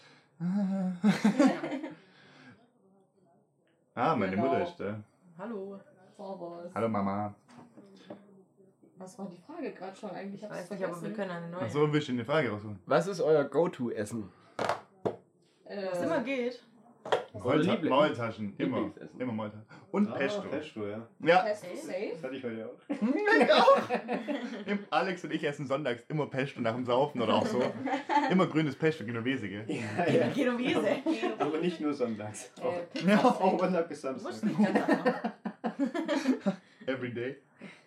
Ah, meine Genau. Mutter ist da. Hallo. Servus. Hallo Mama. Was war die Frage gerade schon eigentlich? Ich hab's weiß nicht, aber wir vergessen. können eine neue. Achso, willst du eine Frage rausholen? Was ist euer Go-To-Essen? Äh, Was immer geht. Eure Maulta Liebling- Maultaschen, immer. Lieblingsessen. Immer Maultaschen. Und Ah, Pesto. Pesto, ja. Ja, Hast du safe? Das hatte ich heute auch. ich auch. Alex und ich essen sonntags immer Pesto nach dem Saufen oder auch so. Immer grünes Pesto, Genovese, gell? Ja, ja. Genovese. Aber nicht nur sonntags. Auch, Äh, Ja, auch auch Montag bis Du musst Samstag. nicht ganz einfach. every day.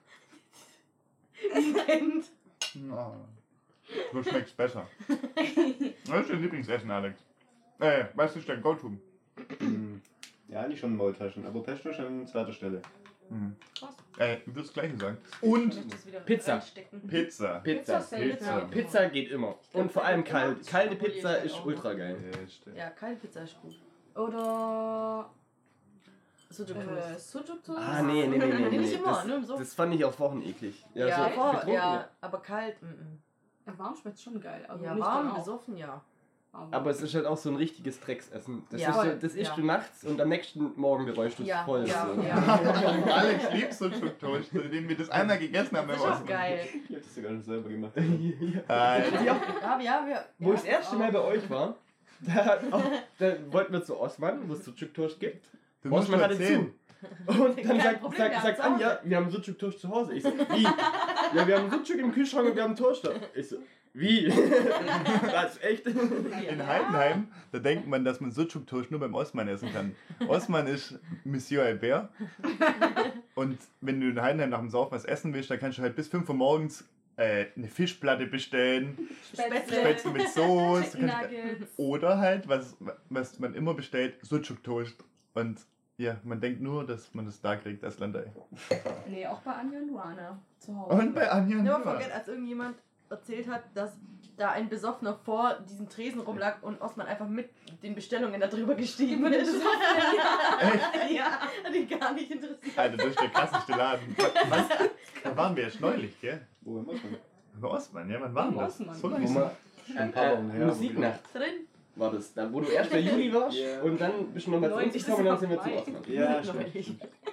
Kind. Oh. So schmeckt's besser. Was ist dein Lieblingsessen, Alex? Äh, was ist dein Go-To? Hm. Ja, eigentlich schon Maultaschen, aber Pesto schon an zweiter Stelle. Mhm. Krass. Äh, du wirst das gleiche sagen. Ich Und möchte das wieder Pizza. reinstecken. Pizza. Pizza. safe. Pizza. Pizza geht immer. Und vor allem kalt. Kalte Pizza ist ultra geil. Ja, stimmt. Ja, kalte Pizza ist gut. Oder Sujuk-Toast. Äh, Sujuk-Toast? Ah, nee, nee, nee, nee. Nee, nee. nicht immer, das, nur im Suff. das fand ich auch vorhin eklig. Ja, so vor, betrunken. ja, aber kalt. Mm -mm. Ja, warm schmeckt schon geil. Also Ja, nicht warm, dann auch. besoffen, ja. Aber es ist halt auch so ein richtiges Drecksessen. Das, Ja. ist so, das isst Ja. du nachts und am nächsten Morgen bereust du es Ja, voll. ja, so. ja. Alex liebt Sujuk-Toast, seitdem wir das einmal gegessen haben. Das beim ist auch Ausflug. geil. Ich hab das sogar noch selber gemacht. Äh, ja, Ja, ja, wir. wo ja, ich das erste auch. Mal bei euch war, da, da wollten wir zu Osman, wo es Sujuk-Toast gibt. du musst Osman mal hatte erzählen. zu. Und dann Kein sagt, Problem, sagt, wir sagt haben zu Anja, Hause. wir haben Sujuk-Toast zu Hause. Ich so, wie? Ja, wir haben Sujuk im Kühlschrank und wir haben Toaster. Ich so, wie? Das ist echt. In Heidenheim, da denkt man, dass man Sujuk-Toast nur beim Osman essen kann. Osman ist Monsieur Albert. Und wenn du in Heidenheim nach dem Saufen was essen willst, dann kannst du halt bis fünf Uhr morgens äh, eine Fischplatte bestellen, Spätzle. Spätzle mit Soße. Chicken kannst- Nuggets. Oder halt, was, was man immer bestellt, Sujuk-Toast. Und ja, man denkt nur, dass man das da kriegt als Landei. Nee, auch bei Anja und Luana zu Hause. Und bei Anja Never nur. forget, als irgendjemand erzählt hat, dass da ein Besoffener vor diesem Tresen rumlag und Osman einfach mit den Bestellungen da drüber gestiegen Über den ist. Echt? Ja, hat ihn gar nicht interessiert. Alter, das ist der krasseste Laden. Was? Da waren wir erst neulich, gell? Wo muss man? Bei Osman, ja, wann waren Bei wir? Osman. So Wo lange Wo ist man, das. Ein paar Wochen äh, her. Musiknacht Drin? war das. Da, wo du erst bei Juli warst Ja. und dann bist du nochmal zu uns neunzig gekommen und dann sind wir ist zu Mai. Osman. Ja, stimmt. Neulich.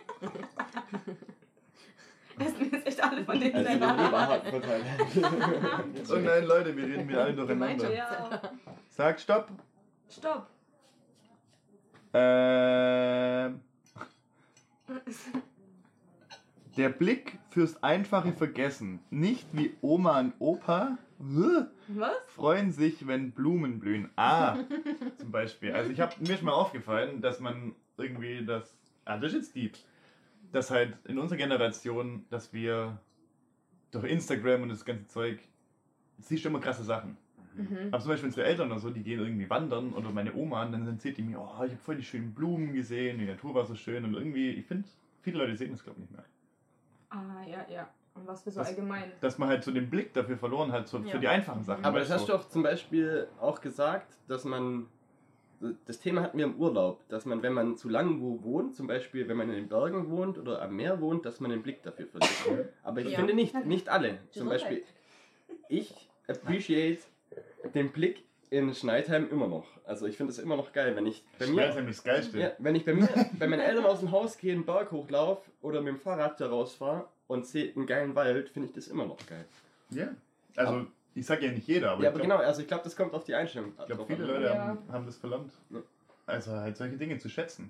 Essen jetzt echt alle von denen. Also den Leberhaken verteilt. Oh nein, Leute, wir reden wieder alle durcheinander. Ja. Sag Stopp. Stopp. Ähm. Der Blick fürs einfache Vergessen. Nicht wie Oma und Opa äh, Was? freuen sich, wenn Blumen blühen. Ah, zum Beispiel. Also ich habe mir ist mal aufgefallen, dass man irgendwie das. Ah, das ist jetzt deep. Dass halt in unserer Generation, dass wir durch Instagram und das ganze Zeug, siehst du immer krasse Sachen. Mhm. Aber zum Beispiel unsere Eltern oder so, die gehen irgendwie wandern oder meine Oma und dann erzählt die mir, oh, ich habe voll die schönen Blumen gesehen, die Natur war so schön und irgendwie, ich finde, viele Leute sehen das glaube ich nicht mehr. Ah, ja, ja. Und was für so Das- allgemein. Dass man halt so den Blick dafür verloren hat, so, Ja. für die einfachen Sachen. Aber das weißt hast du auch zum Beispiel auch gesagt, dass man, das Thema hatten wir im Urlaub, dass man, wenn man zu lang wo wohnt, zum Beispiel wenn man in den Bergen wohnt oder am Meer wohnt, dass man den Blick dafür verliert. Aber ich Ja. finde nicht, nicht alle. Zum Gesundheit. Beispiel, ich appreciate den Blick in Schneidheim immer noch. Also ich finde es immer noch geil, wenn ich bei Das mir... ist nämlich das Geilste. Ja, wenn ich bei mir, bei meinen Eltern aus dem Haus gehe, einen Berg hochlauf oder mit dem Fahrrad da rausfahre und sehe einen geilen Wald, finde ich das immer noch geil. Ja. Also, ich sag ja nicht jeder, aber ja, ich aber glaube, genau, also ich glaube, das kommt auf die Einstellung. glaub, drauf viele an. Leute Ja. haben, haben das verlernt. Ja. Also halt solche Dinge zu schätzen.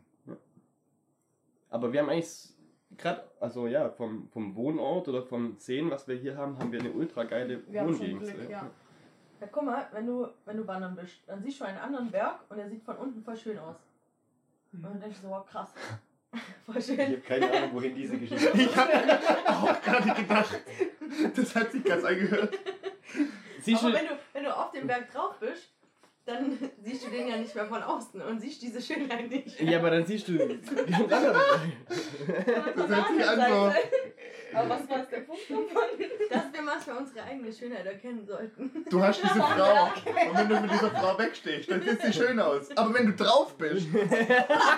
Aber wir haben eigentlich gerade, also ja, vom, vom Wohnort oder vom Sehen, was wir hier haben, haben wir eine ultra geile Wir haben schon Wohngegend. Glück, ja. Ja, guck mal, wenn du, wenn du wandern bist, dann siehst du einen anderen Berg und der sieht von unten voll schön aus. Und dann denkst du so, wow, krass. Voll Ich schön. habe keine Ahnung, wohin diese Geschichte Ich habe auch gerade gedacht, das hat sich ganz angehört. Siehst Aber du, wenn du, wenn du auf dem Berg drauf bist, dann siehst du den ja nicht mehr von außen und siehst diese Schönheit nicht. ja, aber dann siehst du ganz andere. Das hört sich an so. Aber was war jetzt der Punkt davon? Dass wir manchmal unsere eigene Schönheit erkennen sollten. Du hast diese Frau und wenn du mit dieser Frau wegstehst, dann sieht sie schön aus. Aber wenn du drauf bist, Und vor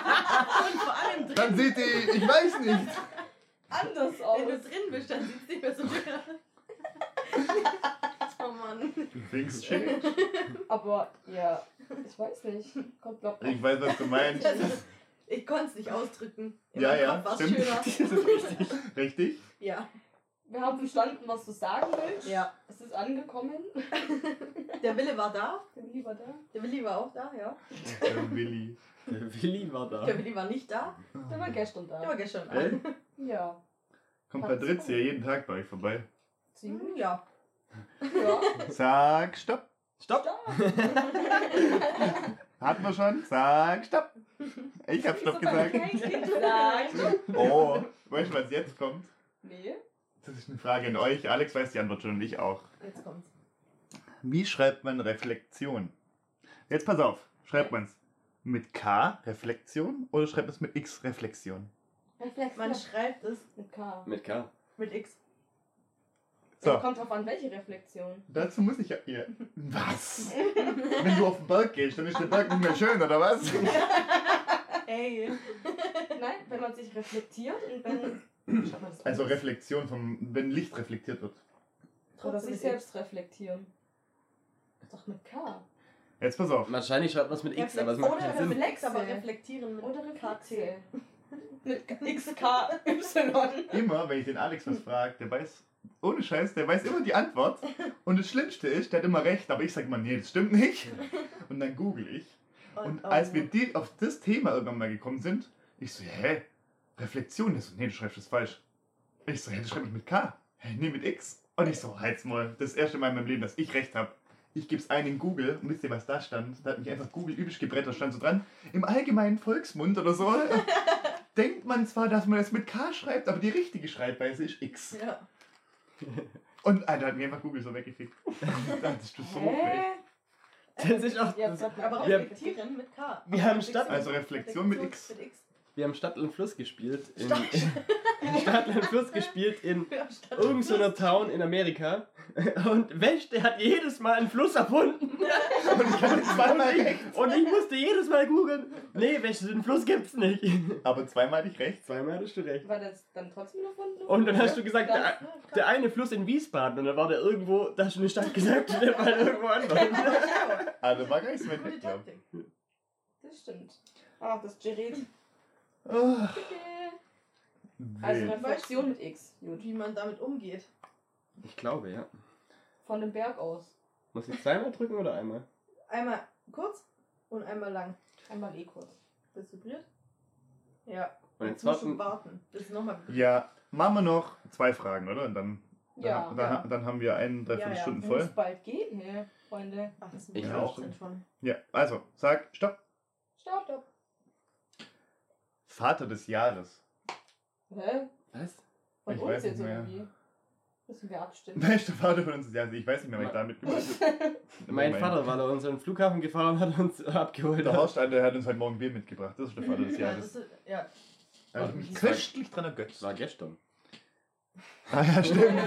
allem drin. dann sieht die, ich weiß nicht. Anders aus. Wenn du drin bist, dann sieht es nicht mehr so schön aus. Oh Mann. Things change. Aber ja, ich weiß nicht. Kommt glaub Ich weiß, was du meinst. Das ist, ich konnte es nicht ausdrücken. In Ja, meinem ja, Kopf war's stimmt. schöner. Das ist richtig. Richtig? Ja. Wir haben verstanden, was du sagen willst. Ja. Es ist angekommen. Der Wille war da. Der Willi war da. Der Willi war auch da, ja. Der Willi. Der Willi war da. Der Willi war nicht da. Der war gestern Der da. war gestern da. Äh? Ja. Kommt Patrizia jeden Tag bei euch vorbei. Ziemlich. Ja. Ja. Sag Stopp. Stopp! Hatten wir schon? Sag Stopp. Ich hab Stopp gesagt. Kein Kind sagt. Oh, weißt du, was jetzt kommt? Nee. Das ist eine Frage an euch. Alex weiß die Antwort schon und ich auch. Jetzt kommt's. Wie schreibt man Reflexion? Jetzt pass auf. Schreibt man es mit K, Reflexion, oder schreibt man es mit X, Reflexion? Man schreibt es Mit K. Mit K. mit X. So, Kommt drauf an, welche Reflexion. dazu muss ich ja... Ihr, was? Wenn du auf den Berg gehst, dann ist der Berg nicht mehr schön, oder was? Ey. Nein, wenn man sich reflektiert und wenn... Schaut mal das Also an. Reflexion, vom, wenn Licht reflektiert wird. Oder Trotzdem sich ist selbst reflektieren. Das ist doch mit K. Jetzt pass auf. Wahrscheinlich schreibt man es mit X, aber es Reflex- macht Oder keinen Sinn. Reflex, aber Reflexe. reflektieren mit Oder K T. Reflexe. Mit X K Y. Immer, wenn ich den Alex was frage, der weiß, ohne Scheiß, der weiß immer die Antwort. Und das Schlimmste ist, der hat immer recht, aber ich sag immer, nee, das stimmt nicht. Und dann google ich. Und oh, als wir die, auf das Thema irgendwann mal gekommen sind, ich so, hä? Reflexion? Der so, nee, du schreibst das falsch. Ich so, hä, das schreibe ich mit K. Hä, nee, mit X. Und ich so, halt's mal, das erste Mal in meinem Leben, dass ich recht habe. Ich gebe es ein in Google und wisst ihr, was da stand? Da hat mich einfach Google übelst gebrettert, stand so dran. Im allgemeinen Volksmund oder so denkt man zwar, dass man das mit K schreibt, aber die richtige Schreibweise ist X. Ja. Und Alter, hat mir einfach Google so weggefickt. Das ist so Hä? Das ist auch, Ja, das, sag mal. Aber Wir- reflektieren mit K. Wir haben Stadt- Also Reflexion mit X. Mit X. wir haben Stadt und Fluss gespielt. In, Stadt. Stadt und Fluss gespielt in Ja, statt- irgendeiner Town in Amerika. Und Wesch, der hat jedes Mal einen Fluss erfunden. Und ich hatte zweimal recht. Und ich musste jedes Mal googeln. Nee, Wesch, den Fluss gibt's nicht. Aber zweimal hatte ich recht. Zweimal hattest du recht. War das dann trotzdem erfunden? Und dann hast du gesagt, Dann- der, der eine Fluss in Wiesbaden. Und dann war der irgendwo, da hast du eine Stadt gesagt, der war irgendwo anders. Also war gar nicht so weit Gute weg, glaub Taktik. Das stimmt. Ach, das Gerät. Oh, Also wild. Reflexion mit X. Gut. Wie man damit umgeht. Ich glaube, ja. Von dem Berg aus. Muss ich zweimal drücken oder einmal? Einmal kurz und einmal lang. Einmal eh kurz. Das vibriert? Ja. Und Jetzt jetzt musst du warten. warten. Das ist nochmal. Ja, machen wir noch zwei Fragen, oder? Und dann, Ja, dann, ja. dann, dann haben wir eine Ja, ja. Dreiviertelstunde Muss voll. bald gehen, hey, Freunde. Ach, das ist Ich ein auch. Denn schon. Ja, also, sag, stopp. Stopp, stopp. Vater des Jahres. Hä? Was? Von Ich uns weiß jetzt nicht mehr. irgendwie. Müssen wir abstimmen. Wer ist der Vater von uns des Jahres? Ich weiß nicht mehr, was ich damit gemeint habe. Mein Vater war da unseren Flughafen gefahren und hat uns abgeholt. Der Horst, der hat uns heute Morgen Bier mitgebracht. Das ist der Vater des Ja, Jahres. das ist, ja. Da hab ich mich Das war- köstlich dran ergötzt. war gestern. Ah ja, stimmt.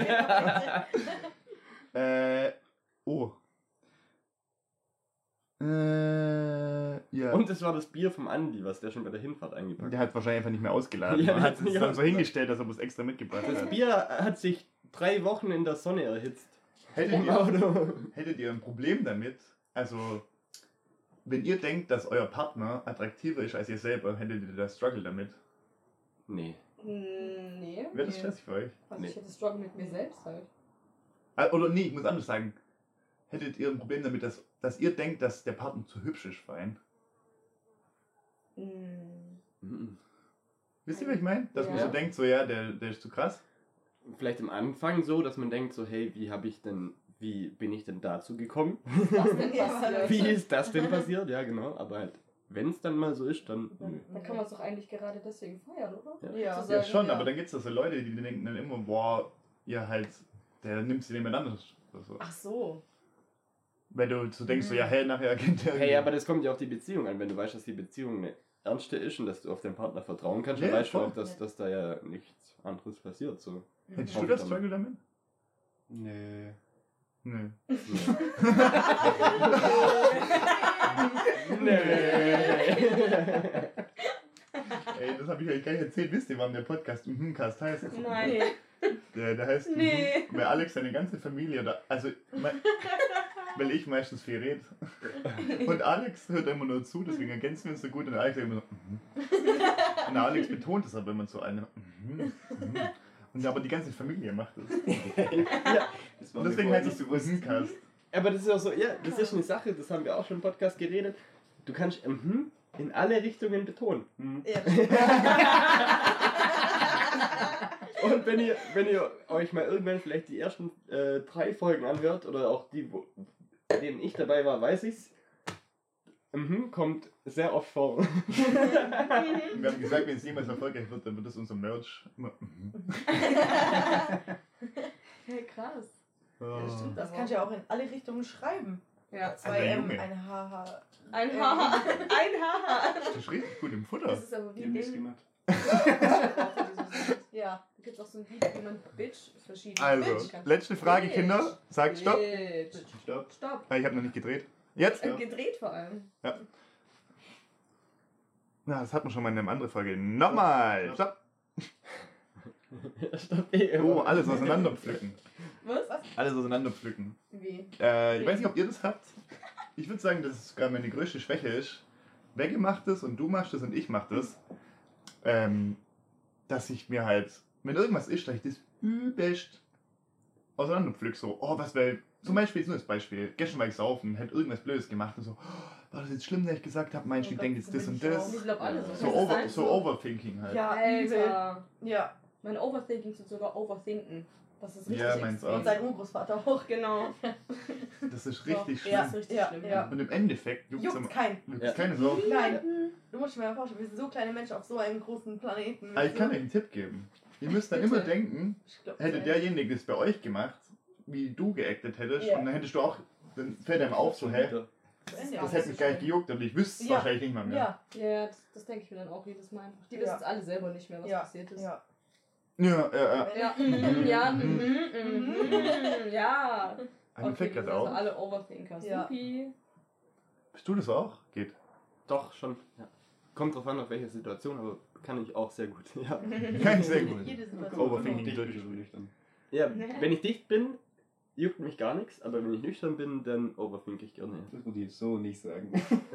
äh, oh. Äh, ja. Und das war das Bier vom Andi, was der schon bei der Hinfahrt eingepackt Der hat. hat wahrscheinlich einfach nicht mehr ausgeladen. Ja, Er hat der es hat dann nicht so hingestellt, dass er es extra mitgebracht Das hat. Bier hat sich drei Wochen in der Sonne erhitzt. Hättet Im ihr, Auto. hättet ihr ein Problem damit, also wenn ihr denkt, dass euer Partner attraktiver ist als ihr selber, hättet ihr da Struggle damit? Nee. Hm, nee. Wäre das nee. stressig für euch? Also Nee. ich hätte Struggle mit mir selbst halt. Ah, Oder nee, ich muss anders sagen. Hättet ihr ein Problem damit, dass, dass ihr denkt, dass der Partner zu hübsch ist für einen? Hm. Mhm. Wisst ihr, was ich meine? Dass man Ja. so denkt, so ja, der, der ist zu krass. Vielleicht am Anfang so, dass man denkt so, hey, wie habe ich denn, wie bin ich denn dazu gekommen? Was denn Ja, passiert? Wie ist das denn passiert? Ja, genau. Aber halt, wenn es dann mal so ist, dann. nö. Dann kann man es doch eigentlich gerade deswegen feiern, oder? Ja. Ja. Zu Ja, sagen, schon, ja. aber dann gibt es da so Leute, die denken dann immer, boah, ihr halt, der nimmt sie nebeneinander. Oder so. Ach so. Wenn du so denkst, so Mhm. ja, hey, nachher kennt der. Hey, aber das kommt ja auf die Beziehung an. Wenn du weißt, dass die Beziehung eine ernste ist und dass du auf deinen Partner vertrauen kannst, dann Ja, weißt du voll. auch, dass, dass da ja nichts anderes passiert. So. Hättest Mhm. du das Struggle damit? Nee. Nö. Ey, das habe ich euch gar nicht erzählt. Wisst ihr, warum der Podcast Mhm-Cast heißt? Nein. Der, der heißt Nee. Mhm, weil Alex seine ganze Familie, da, also, me- weil ich meistens viel rede. Und Alex hört immer nur zu, deswegen ergänzen wir uns so gut. Und Alex sagt immer so, mhm. Und Alex betont es aber immer so eine. Mhm, mhm. Und aber die ganze Familie macht es. Das war Und deswegen mir heißt es so Mhm-Cast. Aber das ist auch so, ja, das ist eine Sache, das haben wir auch schon im Podcast geredet. Du kannst mhm in alle Richtungen betonen. Mhm. Ja. Und wenn ihr, wenn ihr euch mal irgendwann vielleicht die ersten äh, drei Folgen anhört, oder auch die, wo, bei denen ich dabei war, weiß ich's. Mhm, kommt sehr oft vor. Wir haben gesagt, wenn es jemals erfolgreich wird, dann wird das unser Merch immer. Mhm. Hey, krass. Oh. stimmt. Das kannst du ja auch in alle Richtungen schreiben. Ja. Zwei der M, Junge. ein H H. Ein Haar. Ein Haar. Das ist richtig gut im Futter. Das ist aber wie Die haben das Ding. gemacht. Ja. Da gibt es auch so ein Video, wie man Bitch verschieden Also, Bitch kann. letzte Frage, Bitch. Kinder. Sagt Stopp. Bitch. Stopp. Stopp. Ah, ich habe noch nicht gedreht. Jetzt? Äh, Gedreht vor allem. Na, das hat man schon mal in einer anderen Folge. Nochmal! Stopp! Stopp, eh. Oh, alles auseinanderpflücken. Was? Was? Alles auseinanderpflücken. Wie? Äh, ich weiß nicht, ob ihr das habt. Ich würde sagen, dass es sogar meine größte Schwäche ist. Wegge macht das und du machst das und ich mach das. Ähm, dass ich mir halt, wenn irgendwas ist, dass ich das übelst auseinanderpflück. So, oh, was wäre. Zum Beispiel, jetzt nur das Beispiel. Gestern war ich saufen, hätte irgendwas Blödes gemacht und so, oh, war das jetzt schlimm, dass ich gesagt habe, meinst du, ich denke jetzt das und das. Ich glaube alle so. So, Das ist over, halt so Overthinking halt. Ja, übel. Alter. Ja, Mein Overthinking ist sogar Overthinken. Das ist richtig Ja, meins extrem. und sein Urgroßvater auch. Genau. Das ist richtig So, schlimm. Ja, das ist richtig Ja, schlimm. ja. Und im Endeffekt juckt's Juckt am- keinen. juckt's Ja. keine Sau. Nein. Du musst dir mal vorstellen, wir sind so kleine Menschen auf so einem großen Planeten. Aber ich kann euch einen Tipp geben. Ihr müsst dann immer Bitte. denken, Ich glaub, hätte das- derjenige das bei euch gemacht, wie du geactet hättest, Ja. und dann hättest du auch, dann fällt einem auf, so, hä, Das ist Ja, das das hätte mich ist gar nicht schlimm. gejuckt und ich wüsste es Ja. wahrscheinlich nicht mal mehr. Ja, Ja, das, das denke ich mir dann auch jedes Mal einfach. Die Ja. wissen es alle selber nicht mehr, was ja, passiert ist. ja. Ja, ja, ja. Ja, mhm, ja, mhm, mhm, ja. Einem fällt wir gerade sind also auf. alle Overthinker. Ja. Supi. Bist du das auch? Geht. Doch, schon. Ja. Kommt drauf an, auf welche Situation, aber kann ich auch sehr gut. Ja, Kann ich sehr gut. Jede Situation. Overthinking Dicht durch. bist du nüchtern. ja wenn ich dicht bin, juckt mich gar nichts, aber wenn ich nüchtern bin, dann overthink ich gerne. Das muss ich jetzt so nicht sagen.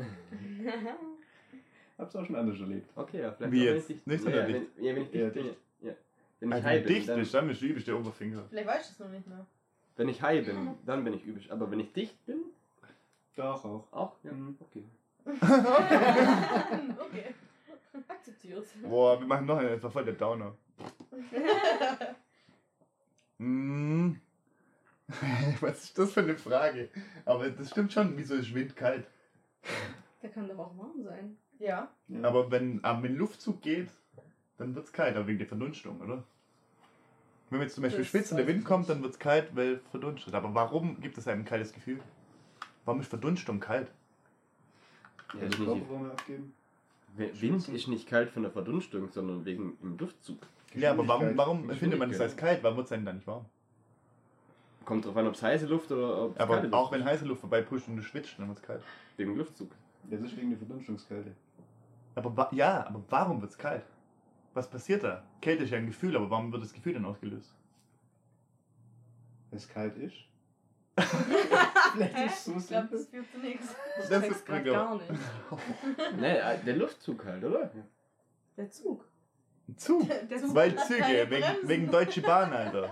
Hab's auch schon anders erlebt. Okay, ja, vielleicht Wie auch, wenn jetzt? ich dicht Nüchtern ja, oder wenn, ja, wenn ich Ja, dicht bin. dicht. Ja. Wenn ich Also, high wenn du bin, dicht dann, bist, dann bist du übelst der Overthinker. Vielleicht weißt du es noch nicht mehr. wenn ich high bin, dann bin ich übel. Aber wenn ich dicht bin, Doch, auch. auch. Ja, Mhm. okay. Okay. Akzeptiert. Boah, wir machen noch einen, das war voll der Downer. Hm. Was ist das für eine Frage? Aber das stimmt schon, wieso ist Wind kalt? Der kann doch auch warm sein. Ja. Ja. Aber wenn, aber wenn Luftzug geht, dann wird es kalt, aber wegen der Verdunstung, oder? Wenn wir jetzt zum Beispiel Das schwitzen, der weiß Wind ich kommt, nicht. dann wird es kalt, weil verdunstet. Aber warum gibt es einem ein kaltes Gefühl? Warum ist Verdunstung kalt? Ja, Also ist nicht, Körperwärme abgeben. Wind ist nicht kalt von der Verdunstung, sondern wegen im Luftzug. Ja, aber warum, Geschwindigkeit. warum empfindet man es als kalt? Warum wird es einem dann nicht warm? Kommt drauf an, ob es heiße Luft oder ob es Aber kalte Luft auch wenn ist. heiße Luft vorbei pusht und du schwitzt, dann wird es kalt. Wegen Luftzug. Das ist wegen der Verdunstungskälte. Aber wa- ja, aber warum wird es kalt? Was passiert da? Kälte ist ja ein Gefühl, aber warum wird das Gefühl dann ausgelöst? Wenn es kalt ist. Vielleicht ist es so Ich glaube, simpel. das führt zu nichts. Ich Das check's ist grad mega- gar nicht. Nee, äh, der Luftzug halt, oder? Der Zug. Ein Zug. Der Zug Zwei hat Züge, keine wegen, Bremsen. wegen Deutsche Bahn, Alter.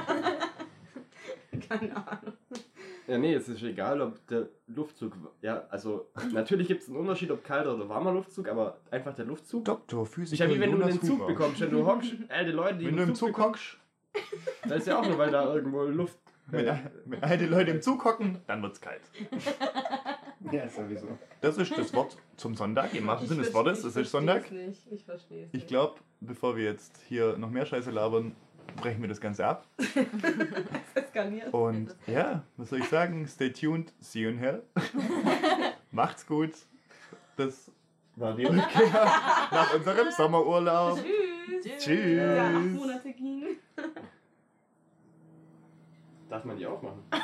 Keine Ahnung. Ja, nee, es ist egal, ob der Luftzug. Ja, also natürlich gibt es einen Unterschied, ob kalter oder warmer Luftzug, aber einfach der Luftzug. Doktor, Ist Physiker ja wie wenn du Jonas einen Zug Huber. bekommst, wenn du hockst, alte Leute, die Wenn du im Zug bekommen, hockst, das ist ja auch nur, weil da irgendwo Luft. wenn, wenn alte Leute im Zug hocken, dann wird's kalt. Ja, sowieso. Das ist das Wort zum Sonntag. Im wahrsten Ich Sinne des versteh- Wortes, ich es ist versteh's Sonntag. Nicht. Ich verstehe es. Ich glaube, bevor wir jetzt hier noch mehr Scheiße labern, brechen wir das Ganze ab. Es eskaliert. Und ja, was soll ich sagen? Stay tuned, see you in hell. Macht's gut. Das war die Rückkehr nach unserem Sommerurlaub. Tschüss. Tschüss. Ja, acht Monate ging. Darf man die auch machen?